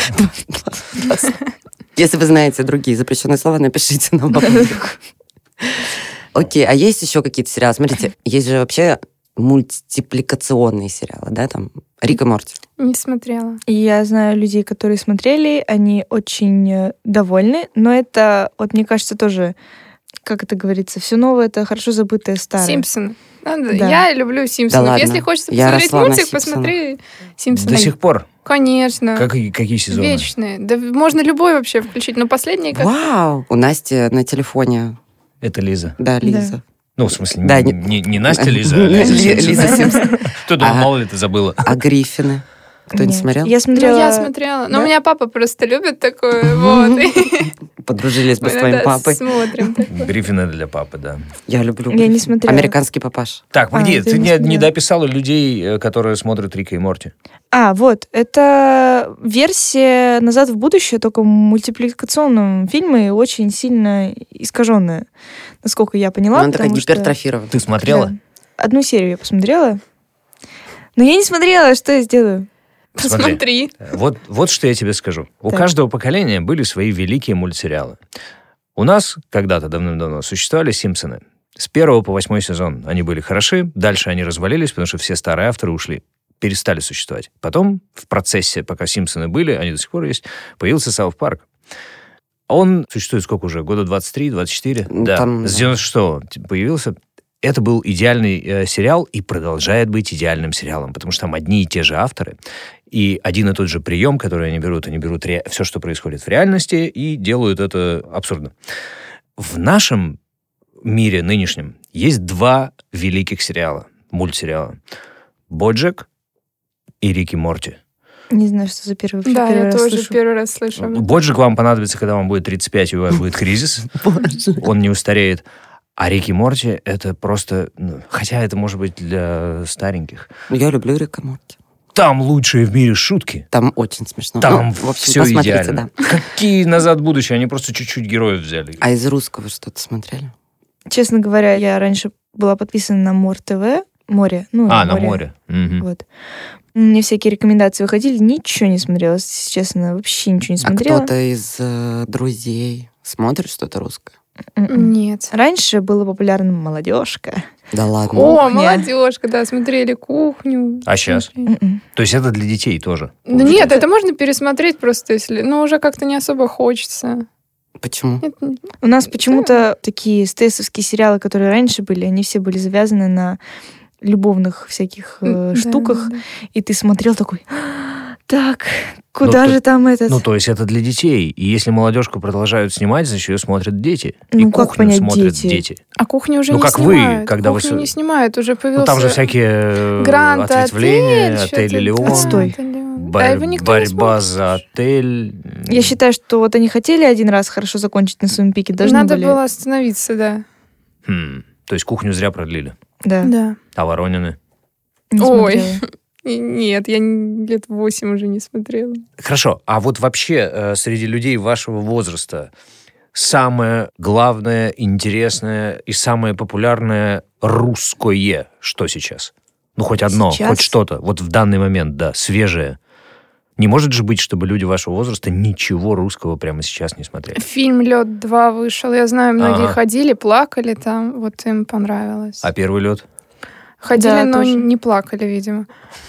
[SPEAKER 3] Если вы знаете другие запрещенные слова, напишите нам. Окей, а есть еще какие-то сериалы? Смотрите, есть же вообще мультипликационные сериалы, да, там Рик и Морти.
[SPEAKER 4] Не смотрела.
[SPEAKER 2] Я знаю людей, которые смотрели, они очень э, довольны, но это, вот мне кажется, тоже, как это говорится, все новое — это хорошо забытое старое.
[SPEAKER 4] Симпсоны. Надо-
[SPEAKER 2] Да.
[SPEAKER 4] Я люблю Симпсонов.
[SPEAKER 3] Да ладно.
[SPEAKER 4] Если хочется
[SPEAKER 3] Я
[SPEAKER 4] посмотреть
[SPEAKER 3] росла на
[SPEAKER 4] мультик,
[SPEAKER 3] Симпсонах.
[SPEAKER 4] посмотри Симпсоны.
[SPEAKER 1] До сих пор.
[SPEAKER 4] Конечно.
[SPEAKER 1] Как, какие сезоны?
[SPEAKER 4] Вечные. Да можно любой вообще включить, но последний как...
[SPEAKER 3] Вау! У Насти на телефоне,
[SPEAKER 1] Это Лиза.
[SPEAKER 3] да, Лиза.
[SPEAKER 1] Ну, в смысле,
[SPEAKER 3] Да,
[SPEAKER 1] не,
[SPEAKER 3] не-
[SPEAKER 1] не, не Настя Лиза, а
[SPEAKER 3] Ли-
[SPEAKER 1] Лиза
[SPEAKER 3] Лиза
[SPEAKER 1] Симпсон.
[SPEAKER 3] Симпсон.
[SPEAKER 1] Кто думал,
[SPEAKER 3] А-
[SPEAKER 1] мало ли ты забыла?
[SPEAKER 3] А Гриффины? Кто-нибудь
[SPEAKER 2] Нет.
[SPEAKER 3] смотрел?
[SPEAKER 2] Я
[SPEAKER 4] Ну,
[SPEAKER 2] смотрела...
[SPEAKER 4] я смотрела. Но
[SPEAKER 2] Да?
[SPEAKER 4] у меня папа просто любит такое. Вот. И
[SPEAKER 3] Подружились бы
[SPEAKER 4] мы
[SPEAKER 3] с твоим
[SPEAKER 4] иногда
[SPEAKER 3] папой.
[SPEAKER 4] смотрим такое.
[SPEAKER 1] Гриффины для папы, да.
[SPEAKER 3] Я люблю
[SPEAKER 2] Я не
[SPEAKER 3] Гриффинов.
[SPEAKER 2] смотрела.
[SPEAKER 3] Американский папаш.
[SPEAKER 1] Так,
[SPEAKER 2] А,
[SPEAKER 1] погоди,
[SPEAKER 2] ты
[SPEAKER 1] ты
[SPEAKER 2] не
[SPEAKER 1] не, не
[SPEAKER 2] смотрела.
[SPEAKER 1] дописала людей, э, которые смотрят Рика и Морти.
[SPEAKER 2] А, вот, это версия «Назад в будущее», только мультипликационном фильме, очень сильно искаженная, насколько я поняла.
[SPEAKER 3] Она такая
[SPEAKER 2] потому что-
[SPEAKER 3] гипертрофированная.
[SPEAKER 1] Ты смотрела?
[SPEAKER 2] Да. Одну серию я посмотрела. Но я не смотрела, что я сделаю?
[SPEAKER 4] Посмотри.
[SPEAKER 1] Вот, вот что я тебе скажу. У
[SPEAKER 2] Так.
[SPEAKER 1] каждого поколения были свои великие мультсериалы. У нас когда-то давным-давно существовали «Симпсоны». С первого по восьмой сезон они были хороши, дальше они развалились, потому что все старые авторы ушли, перестали существовать. Потом, в процессе, пока «Симпсоны» были, они до сих пор есть, появился «Саут Парк». Он существует сколько уже? Года двадцать три двадцать четыре?
[SPEAKER 3] Ну,
[SPEAKER 1] Да.
[SPEAKER 3] там,
[SPEAKER 1] С
[SPEAKER 3] да.
[SPEAKER 1] девяносто шестого появился. Это был идеальный э, сериал и продолжает быть идеальным сериалом, потому что там одни и те же авторы, и один и тот же прием, который они берут, они берут ре- все, что происходит в реальности, и делают это абсурдно. В нашем мире нынешнем есть два великих сериала, мультсериала. «Боджек» и «Рик и Морти».
[SPEAKER 2] Не знаю, что за первый, вообще
[SPEAKER 4] Да,
[SPEAKER 2] первый
[SPEAKER 4] я
[SPEAKER 2] раз
[SPEAKER 4] тоже
[SPEAKER 2] слышу.
[SPEAKER 4] первый раз слышу. об этом.
[SPEAKER 1] «Боджек» вам понадобится, когда вам будет тридцать пять, и у вас будет кризис. Он не устареет. А «Рик и Морти» — это просто... ну, хотя это может быть для стареньких.
[SPEAKER 3] Я люблю Рика и Морти.
[SPEAKER 1] Там лучшие в мире шутки.
[SPEAKER 3] Там очень смешно.
[SPEAKER 1] Там
[SPEAKER 3] Ну, в общем,
[SPEAKER 1] все
[SPEAKER 3] посмотрите,
[SPEAKER 1] идеально.
[SPEAKER 3] да.
[SPEAKER 1] Какие «Назад в будущее»? Они просто чуть-чуть героев взяли.
[SPEAKER 3] А из русского что-то смотрели?
[SPEAKER 2] Честно говоря, я раньше была подписана на Мор-ТВ. Море. Ну,
[SPEAKER 1] А, на море. Мгм.
[SPEAKER 2] Вот. Мне всякие рекомендации выходили, ничего не смотрела, если честно, вообще ничего не
[SPEAKER 3] А
[SPEAKER 2] смотрела.
[SPEAKER 3] кто-то из э, друзей смотрит что-то русское?
[SPEAKER 2] М-м.
[SPEAKER 4] Нет.
[SPEAKER 2] Раньше было популярно «Молодежка».
[SPEAKER 3] Да ладно.
[SPEAKER 4] О,
[SPEAKER 2] Кухня.
[SPEAKER 4] молодежка, да, смотрели «Кухню».
[SPEAKER 1] А щас?
[SPEAKER 4] Смотрели.
[SPEAKER 2] М-м.
[SPEAKER 1] То есть это для детей тоже?
[SPEAKER 4] Ну нет, это можно пересмотреть просто, если... Ну, уже как-то не особо хочется.
[SPEAKER 3] Почему?
[SPEAKER 4] Нет, н-
[SPEAKER 2] У нас почему-то такие стесовские сериалы, которые раньше были, они все были завязаны на любовных всяких э,
[SPEAKER 4] да,
[SPEAKER 2] штуках,
[SPEAKER 4] да.
[SPEAKER 2] и ты смотрел такой, так, куда
[SPEAKER 1] Ну,
[SPEAKER 2] же там этот?
[SPEAKER 1] Ну, то есть это для детей. И если «Молодежку» продолжают снимать, значит, ее смотрят дети.
[SPEAKER 2] Ну,
[SPEAKER 1] и
[SPEAKER 2] как
[SPEAKER 1] «Кухню»
[SPEAKER 2] понять
[SPEAKER 1] смотрят
[SPEAKER 2] дети?
[SPEAKER 1] дети.
[SPEAKER 4] А «Кухню» уже
[SPEAKER 1] Ну,
[SPEAKER 4] не
[SPEAKER 1] как вы,
[SPEAKER 4] снимают.
[SPEAKER 1] когда вы
[SPEAKER 4] «Кухню»
[SPEAKER 1] с-
[SPEAKER 4] не снимают, уже появился...
[SPEAKER 1] Ну, там же всякие э,
[SPEAKER 4] Гранд
[SPEAKER 1] ответвления,
[SPEAKER 4] Отель,
[SPEAKER 1] «Отель
[SPEAKER 4] что-то-
[SPEAKER 1] Элеон»,
[SPEAKER 2] Отстой.
[SPEAKER 4] Гранд Элеон.
[SPEAKER 1] Борь-
[SPEAKER 4] А его никто не
[SPEAKER 1] борьба
[SPEAKER 4] смотрит.
[SPEAKER 1] за отель.
[SPEAKER 2] Я считаю, что вот они хотели один раз хорошо закончить на своем пике, должны
[SPEAKER 4] Надо
[SPEAKER 2] были.
[SPEAKER 4] было остановиться, да.
[SPEAKER 1] Хм, то есть «Кухню» зря продлили.
[SPEAKER 2] Да,
[SPEAKER 4] Да.
[SPEAKER 1] А «Воронины»?
[SPEAKER 2] не
[SPEAKER 4] Ой.
[SPEAKER 2] смотрела.
[SPEAKER 4] И нет, я н- лет восемь уже не смотрела.
[SPEAKER 1] Хорошо, а вот вообще э, среди людей вашего возраста самое главное, интересное и самое популярное русское что сейчас? Ну, хоть одно,
[SPEAKER 2] Сейчас?
[SPEAKER 1] хоть что-то. Вот в данный момент, да, свежее. Не может же быть, чтобы люди вашего возраста ничего русского прямо сейчас не смотрели.
[SPEAKER 4] Фильм «Лед два» вышел. Я знаю, многие
[SPEAKER 1] Ага.
[SPEAKER 4] ходили, плакали там. Вот им понравилось.
[SPEAKER 1] А «Первый лед»?
[SPEAKER 4] Ходили,
[SPEAKER 2] Да,
[SPEAKER 4] но
[SPEAKER 2] тоже.
[SPEAKER 4] не плакали, видимо.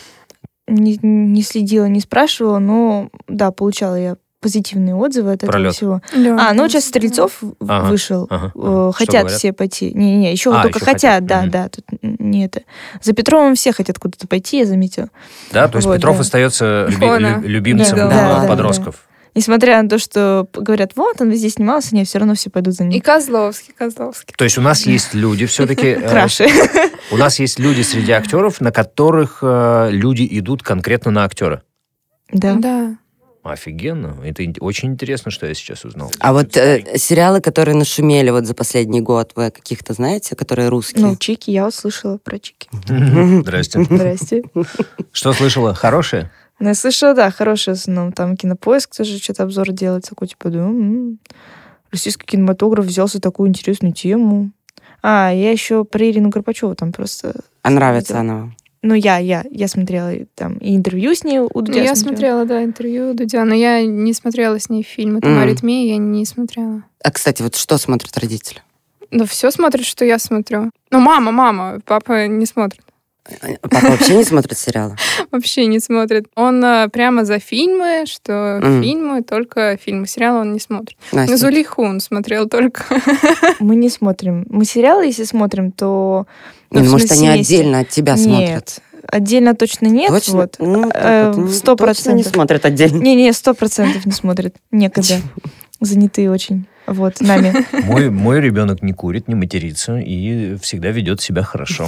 [SPEAKER 2] Не, не следила, не спрашивала, но да, получала я позитивные отзывы от
[SPEAKER 1] Про
[SPEAKER 2] этого
[SPEAKER 1] лёд.
[SPEAKER 2] всего.
[SPEAKER 4] Лёд,
[SPEAKER 2] А, ну
[SPEAKER 4] да.
[SPEAKER 2] сейчас «Стрельцов» в-
[SPEAKER 1] Ага,
[SPEAKER 2] вышел.
[SPEAKER 1] ага,
[SPEAKER 2] Э,
[SPEAKER 1] ага. Что
[SPEAKER 2] Хотят
[SPEAKER 1] говорят?
[SPEAKER 2] все пойти. Не-не, еще
[SPEAKER 1] А,
[SPEAKER 2] вот только
[SPEAKER 1] ещё
[SPEAKER 2] хотят,
[SPEAKER 1] хотят.
[SPEAKER 2] да,
[SPEAKER 1] Мгм.
[SPEAKER 2] да. Тут не это. За Петровым все хотят куда-то пойти, я заметила.
[SPEAKER 1] Да, то есть
[SPEAKER 2] Вот,
[SPEAKER 1] Петров
[SPEAKER 2] да.
[SPEAKER 1] остается люби-
[SPEAKER 4] Икона.
[SPEAKER 1] лю- любимцем
[SPEAKER 4] Да,
[SPEAKER 1] э,
[SPEAKER 3] да, да,
[SPEAKER 1] подростков.
[SPEAKER 2] Несмотря на то, что п- говорят, вот, он везде снимался, нет, все равно все пойдут за
[SPEAKER 4] И
[SPEAKER 2] ним.
[SPEAKER 4] Козловский, Козловский.
[SPEAKER 1] То есть у нас есть люди все-таки...
[SPEAKER 2] Краши.
[SPEAKER 1] У нас есть люди среди актеров, на которых э, люди идут конкретно на актера.
[SPEAKER 2] Да.
[SPEAKER 4] Да.
[SPEAKER 1] Офигенно. Это ин- очень интересно, что я сейчас узнал.
[SPEAKER 3] А вот э, сериалы, которые нашумели вот за последний год, вы каких-то знаете, которые русские?
[SPEAKER 2] Ну, Чики, я вот слышала про Чики.
[SPEAKER 1] Здрасте.
[SPEAKER 2] Здрасте.
[SPEAKER 1] Что слышала? Хорошее?
[SPEAKER 2] Ну, я слышала, да, хорошая, ну, там Кинопоиск тоже что-то обзор делает, такой, типа, да, м, российский кинематограф взял за такую интересную тему. А, я еще про Ирину Горбачеву там просто...
[SPEAKER 3] А нравится она вам?
[SPEAKER 2] Ну, я, я, я смотрела там и интервью с ней у Дудя.
[SPEAKER 4] Ну, я смотрела, да, интервью у Дудя, но я не смотрела с ней фильм. Это
[SPEAKER 3] Mm.
[SPEAKER 4] «Аритмия», я не смотрела.
[SPEAKER 3] А, кстати, вот что смотрят родители?
[SPEAKER 4] Ну, все смотрят, что я смотрю. Ну, мама, мама, папа не смотрит.
[SPEAKER 3] Папа вообще не смотрит сериалы?
[SPEAKER 4] Вообще не смотрит. Он а, прямо за фильмы, что
[SPEAKER 3] Мгм.
[SPEAKER 4] фильмы, только фильмы. Сериалы он не смотрит.
[SPEAKER 3] Настя,
[SPEAKER 4] На «Зулейху» он смотрел только.
[SPEAKER 2] Мы не смотрим. Мы сериалы, если смотрим, то...
[SPEAKER 3] Не, ну,
[SPEAKER 2] в
[SPEAKER 3] может, они
[SPEAKER 2] смысле, вместе.
[SPEAKER 3] отдельно от тебя смотрят?
[SPEAKER 2] Нет. Отдельно точно нет.
[SPEAKER 3] Точно?
[SPEAKER 2] Вот.
[SPEAKER 3] Ну, так
[SPEAKER 2] Э,
[SPEAKER 3] вот, ну,
[SPEAKER 2] сто
[SPEAKER 3] точно не
[SPEAKER 2] процентов.
[SPEAKER 3] смотрят отдельно.
[SPEAKER 2] Не-не, сто процентов не смотрят. Некогда. Занятые очень. Вот, нами.
[SPEAKER 1] Мой, мой ребенок не курит, не матерится и всегда ведет себя хорошо.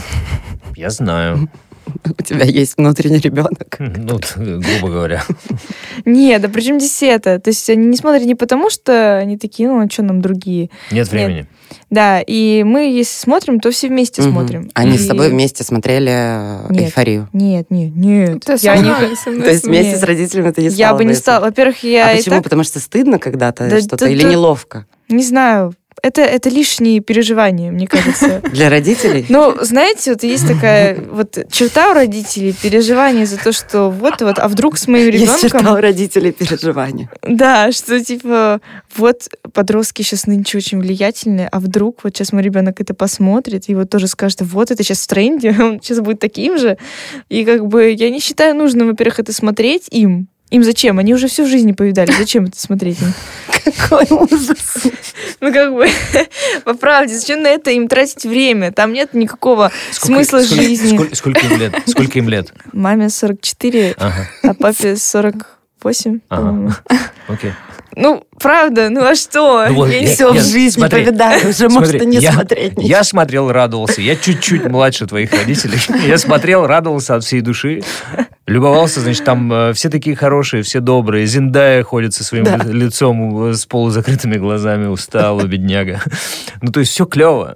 [SPEAKER 1] Я знаю.
[SPEAKER 3] У тебя есть внутренний ребенок.
[SPEAKER 1] Ну, т- грубо говоря.
[SPEAKER 2] Нет, да при чем здесь это? То есть они не смотрят не потому, что они такие, ну, а что нам другие?
[SPEAKER 1] Нет времени.
[SPEAKER 2] Да, и мы, если смотрим, то все вместе
[SPEAKER 3] Мгм.
[SPEAKER 2] смотрим.
[SPEAKER 3] Они
[SPEAKER 2] И-
[SPEAKER 3] с тобой вместе смотрели э,
[SPEAKER 2] Нет.
[SPEAKER 3] «Эйфорию».
[SPEAKER 2] Нет, нет, нет.
[SPEAKER 4] Ты
[SPEAKER 2] Я
[SPEAKER 4] со
[SPEAKER 2] не...
[SPEAKER 4] мной, со мной
[SPEAKER 3] То есть
[SPEAKER 4] смотришь.
[SPEAKER 3] вместе с родителями ты не стала
[SPEAKER 2] Я бы не
[SPEAKER 3] это
[SPEAKER 2] стала. Во-первых, я
[SPEAKER 3] А
[SPEAKER 2] и
[SPEAKER 3] почему?
[SPEAKER 2] так
[SPEAKER 3] Потому что стыдно когда-то
[SPEAKER 2] Да,
[SPEAKER 3] что-то
[SPEAKER 2] да,
[SPEAKER 3] или
[SPEAKER 2] да.
[SPEAKER 3] неловко?
[SPEAKER 2] не знаю. Это, это лишние переживания, мне кажется.
[SPEAKER 3] Для родителей?
[SPEAKER 2] Ну, знаете, вот есть такая вот черта у родителей, переживание за то, что вот-вот, а вдруг с моим
[SPEAKER 3] Есть черта
[SPEAKER 2] ребенком...
[SPEAKER 3] у родителей переживания.
[SPEAKER 2] Да, что типа вот подростки сейчас нынче очень влиятельные, а вдруг вот сейчас мой ребенок это посмотрит и вот тоже скажет, вот это сейчас в тренде, он сейчас будет таким же. И как бы я не считаю нужным, во-первых, это смотреть им. Им зачем? Они уже всю жизнь повидали. Зачем это смотреть им?
[SPEAKER 3] Какой ужас.
[SPEAKER 2] Ну, как бы, по правде, зачем на это им тратить время? Там нет никакого смысла
[SPEAKER 1] сколько,
[SPEAKER 2] жизни.
[SPEAKER 1] Сколько, сколько им лет? Сколько им лет?
[SPEAKER 2] Маме сорок четыре,
[SPEAKER 1] Ага,
[SPEAKER 2] а папе сорок восемь,
[SPEAKER 1] Ага.
[SPEAKER 2] по-моему.
[SPEAKER 1] окей.
[SPEAKER 2] Ну, правда, ну а что?
[SPEAKER 1] Ну вот,
[SPEAKER 2] Я не
[SPEAKER 1] нет,
[SPEAKER 3] Все в
[SPEAKER 1] нет,
[SPEAKER 3] жизни
[SPEAKER 1] смотри.
[SPEAKER 3] повидали, уже
[SPEAKER 1] Смотри,
[SPEAKER 3] может и не
[SPEAKER 1] я-
[SPEAKER 3] смотреть ничего.
[SPEAKER 1] Я смотрел, радовался. Я чуть-чуть младше твоих родителей. Я смотрел, радовался от всей души. Любовался, значит, там э, все такие хорошие, все добрые. Зиндая ходит со своим
[SPEAKER 3] Да.
[SPEAKER 1] ли- лицом э, с полузакрытыми глазами, устала, бедняга. Ну, то есть все клево.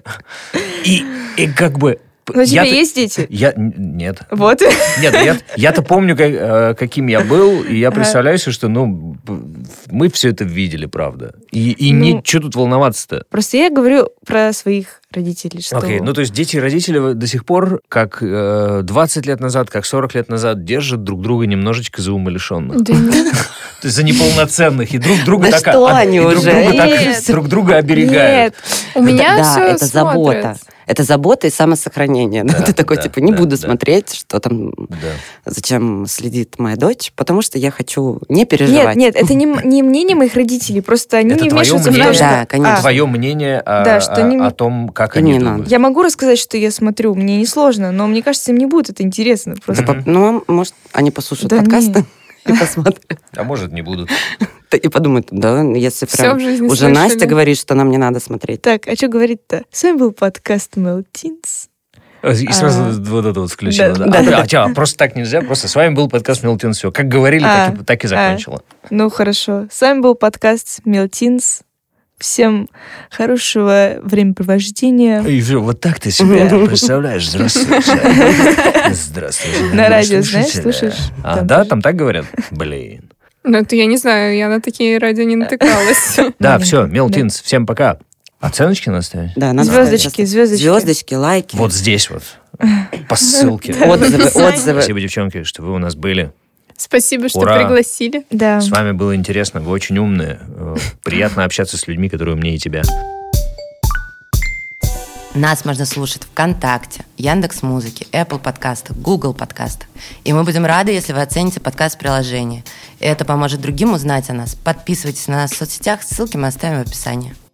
[SPEAKER 1] И, и как бы...
[SPEAKER 2] Ну, у тебя
[SPEAKER 1] я-то-
[SPEAKER 2] есть дети?
[SPEAKER 1] Я... н- Нет.
[SPEAKER 2] Вот.
[SPEAKER 1] Нет, я, я-то помню, как, э, каким я был, и я представляю себе, что, ну, б- мы все это видели, правда. И, и
[SPEAKER 2] Ну,
[SPEAKER 1] не, что тут волноваться-то?
[SPEAKER 2] Просто я говорю про своих родителей, что...
[SPEAKER 1] Окей, ну то есть дети и родители до сих пор, как э, двадцать лет назад, как сорок лет назад, держат друг друга немножечко за умалишенных.
[SPEAKER 4] Да нет.
[SPEAKER 1] То есть за неполноценных. И друг друга
[SPEAKER 3] Да
[SPEAKER 1] так...
[SPEAKER 3] что
[SPEAKER 1] а-
[SPEAKER 3] они
[SPEAKER 1] и друг
[SPEAKER 3] уже?
[SPEAKER 1] друга так
[SPEAKER 2] Нет.
[SPEAKER 1] друг друга оберегают.
[SPEAKER 2] Нет,
[SPEAKER 4] У меня
[SPEAKER 3] да,
[SPEAKER 4] все
[SPEAKER 3] это забота. Это забота и самосохранение.
[SPEAKER 1] Да,
[SPEAKER 3] Ты такой,
[SPEAKER 1] да,
[SPEAKER 3] типа, не
[SPEAKER 1] да,
[SPEAKER 3] буду
[SPEAKER 1] да.
[SPEAKER 3] смотреть, что там,
[SPEAKER 1] Да.
[SPEAKER 3] зачем следит моя дочь, потому что я хочу не
[SPEAKER 2] нет,
[SPEAKER 3] переживать.
[SPEAKER 2] нет, это не, м- не мнение моих родителей, просто они
[SPEAKER 1] Это
[SPEAKER 2] не
[SPEAKER 1] твое
[SPEAKER 2] вмешиваются в
[SPEAKER 1] мнение?
[SPEAKER 2] то, что...
[SPEAKER 3] Да, конечно.
[SPEAKER 2] А,
[SPEAKER 1] Твое мнение о,
[SPEAKER 2] Да, что
[SPEAKER 1] о-
[SPEAKER 2] они
[SPEAKER 1] о
[SPEAKER 2] не-
[SPEAKER 1] том, как
[SPEAKER 3] Им
[SPEAKER 1] они
[SPEAKER 3] не надо.
[SPEAKER 1] думают.
[SPEAKER 2] я могу рассказать, что я смотрю, мне несложно, но мне кажется, им не будет это интересно. Просто.
[SPEAKER 3] Да, поп- Ну, может, они послушают
[SPEAKER 2] Да
[SPEAKER 3] подкасты
[SPEAKER 2] не.
[SPEAKER 3] и посмотрят.
[SPEAKER 1] А может, не будут.
[SPEAKER 3] И подумают, да, если
[SPEAKER 4] Все
[SPEAKER 3] прям
[SPEAKER 4] в жизни
[SPEAKER 3] уже
[SPEAKER 4] слышали.
[SPEAKER 3] Настя говорит, что нам не надо смотреть.
[SPEAKER 2] Так, а что говорить-то? С вами был подкаст Mel Teens.
[SPEAKER 1] И сразу
[SPEAKER 2] А.
[SPEAKER 1] вот это вот включила.
[SPEAKER 2] Да,
[SPEAKER 1] Да.
[SPEAKER 3] да,
[SPEAKER 1] А, а чё, просто так нельзя? Просто с вами был подкаст Мелтин. Все. Как говорили,
[SPEAKER 2] А,
[SPEAKER 1] так, и, так и
[SPEAKER 2] а.
[SPEAKER 1] закончила.
[SPEAKER 2] Ну, хорошо. С вами был подкаст Mel Teens. Всем хорошего времяпровождения.
[SPEAKER 1] И все, вот так ты себя представляешь. Здравствуй. Здравствуй.
[SPEAKER 2] На радио, знаешь, слушаешь?
[SPEAKER 1] А,
[SPEAKER 2] Там
[SPEAKER 1] да,
[SPEAKER 2] тоже.
[SPEAKER 1] там так говорят? Блин.
[SPEAKER 4] Ну, это я не знаю, я на такие радио не натыкалась.
[SPEAKER 1] Да,
[SPEAKER 2] Да.
[SPEAKER 1] все, Мелтинс, всем пока. Оценочки надо ставить?
[SPEAKER 3] Да, надо
[SPEAKER 2] Звездочки,
[SPEAKER 3] ставить.
[SPEAKER 2] звездочки.
[SPEAKER 3] Звездочки, лайки.
[SPEAKER 1] Вот здесь вот. По ссылке.
[SPEAKER 3] Отзывы, отзывы.
[SPEAKER 1] Спасибо, девчонки, что вы у нас были.
[SPEAKER 4] Спасибо, что
[SPEAKER 1] Ура.
[SPEAKER 4] пригласили.
[SPEAKER 2] Да.
[SPEAKER 1] С вами было интересно, вы очень умные. Э, Приятно общаться с людьми, которые умнее тебя.
[SPEAKER 3] Нас можно слушать ВКонтакте, Яндекс.Музыке, Apple подкастах, Google подкастах. И мы будем рады, если вы оцените подкаст в приложении. И это поможет другим узнать о нас. Подписывайтесь на нас в соцсетях, ссылки мы оставим в описании.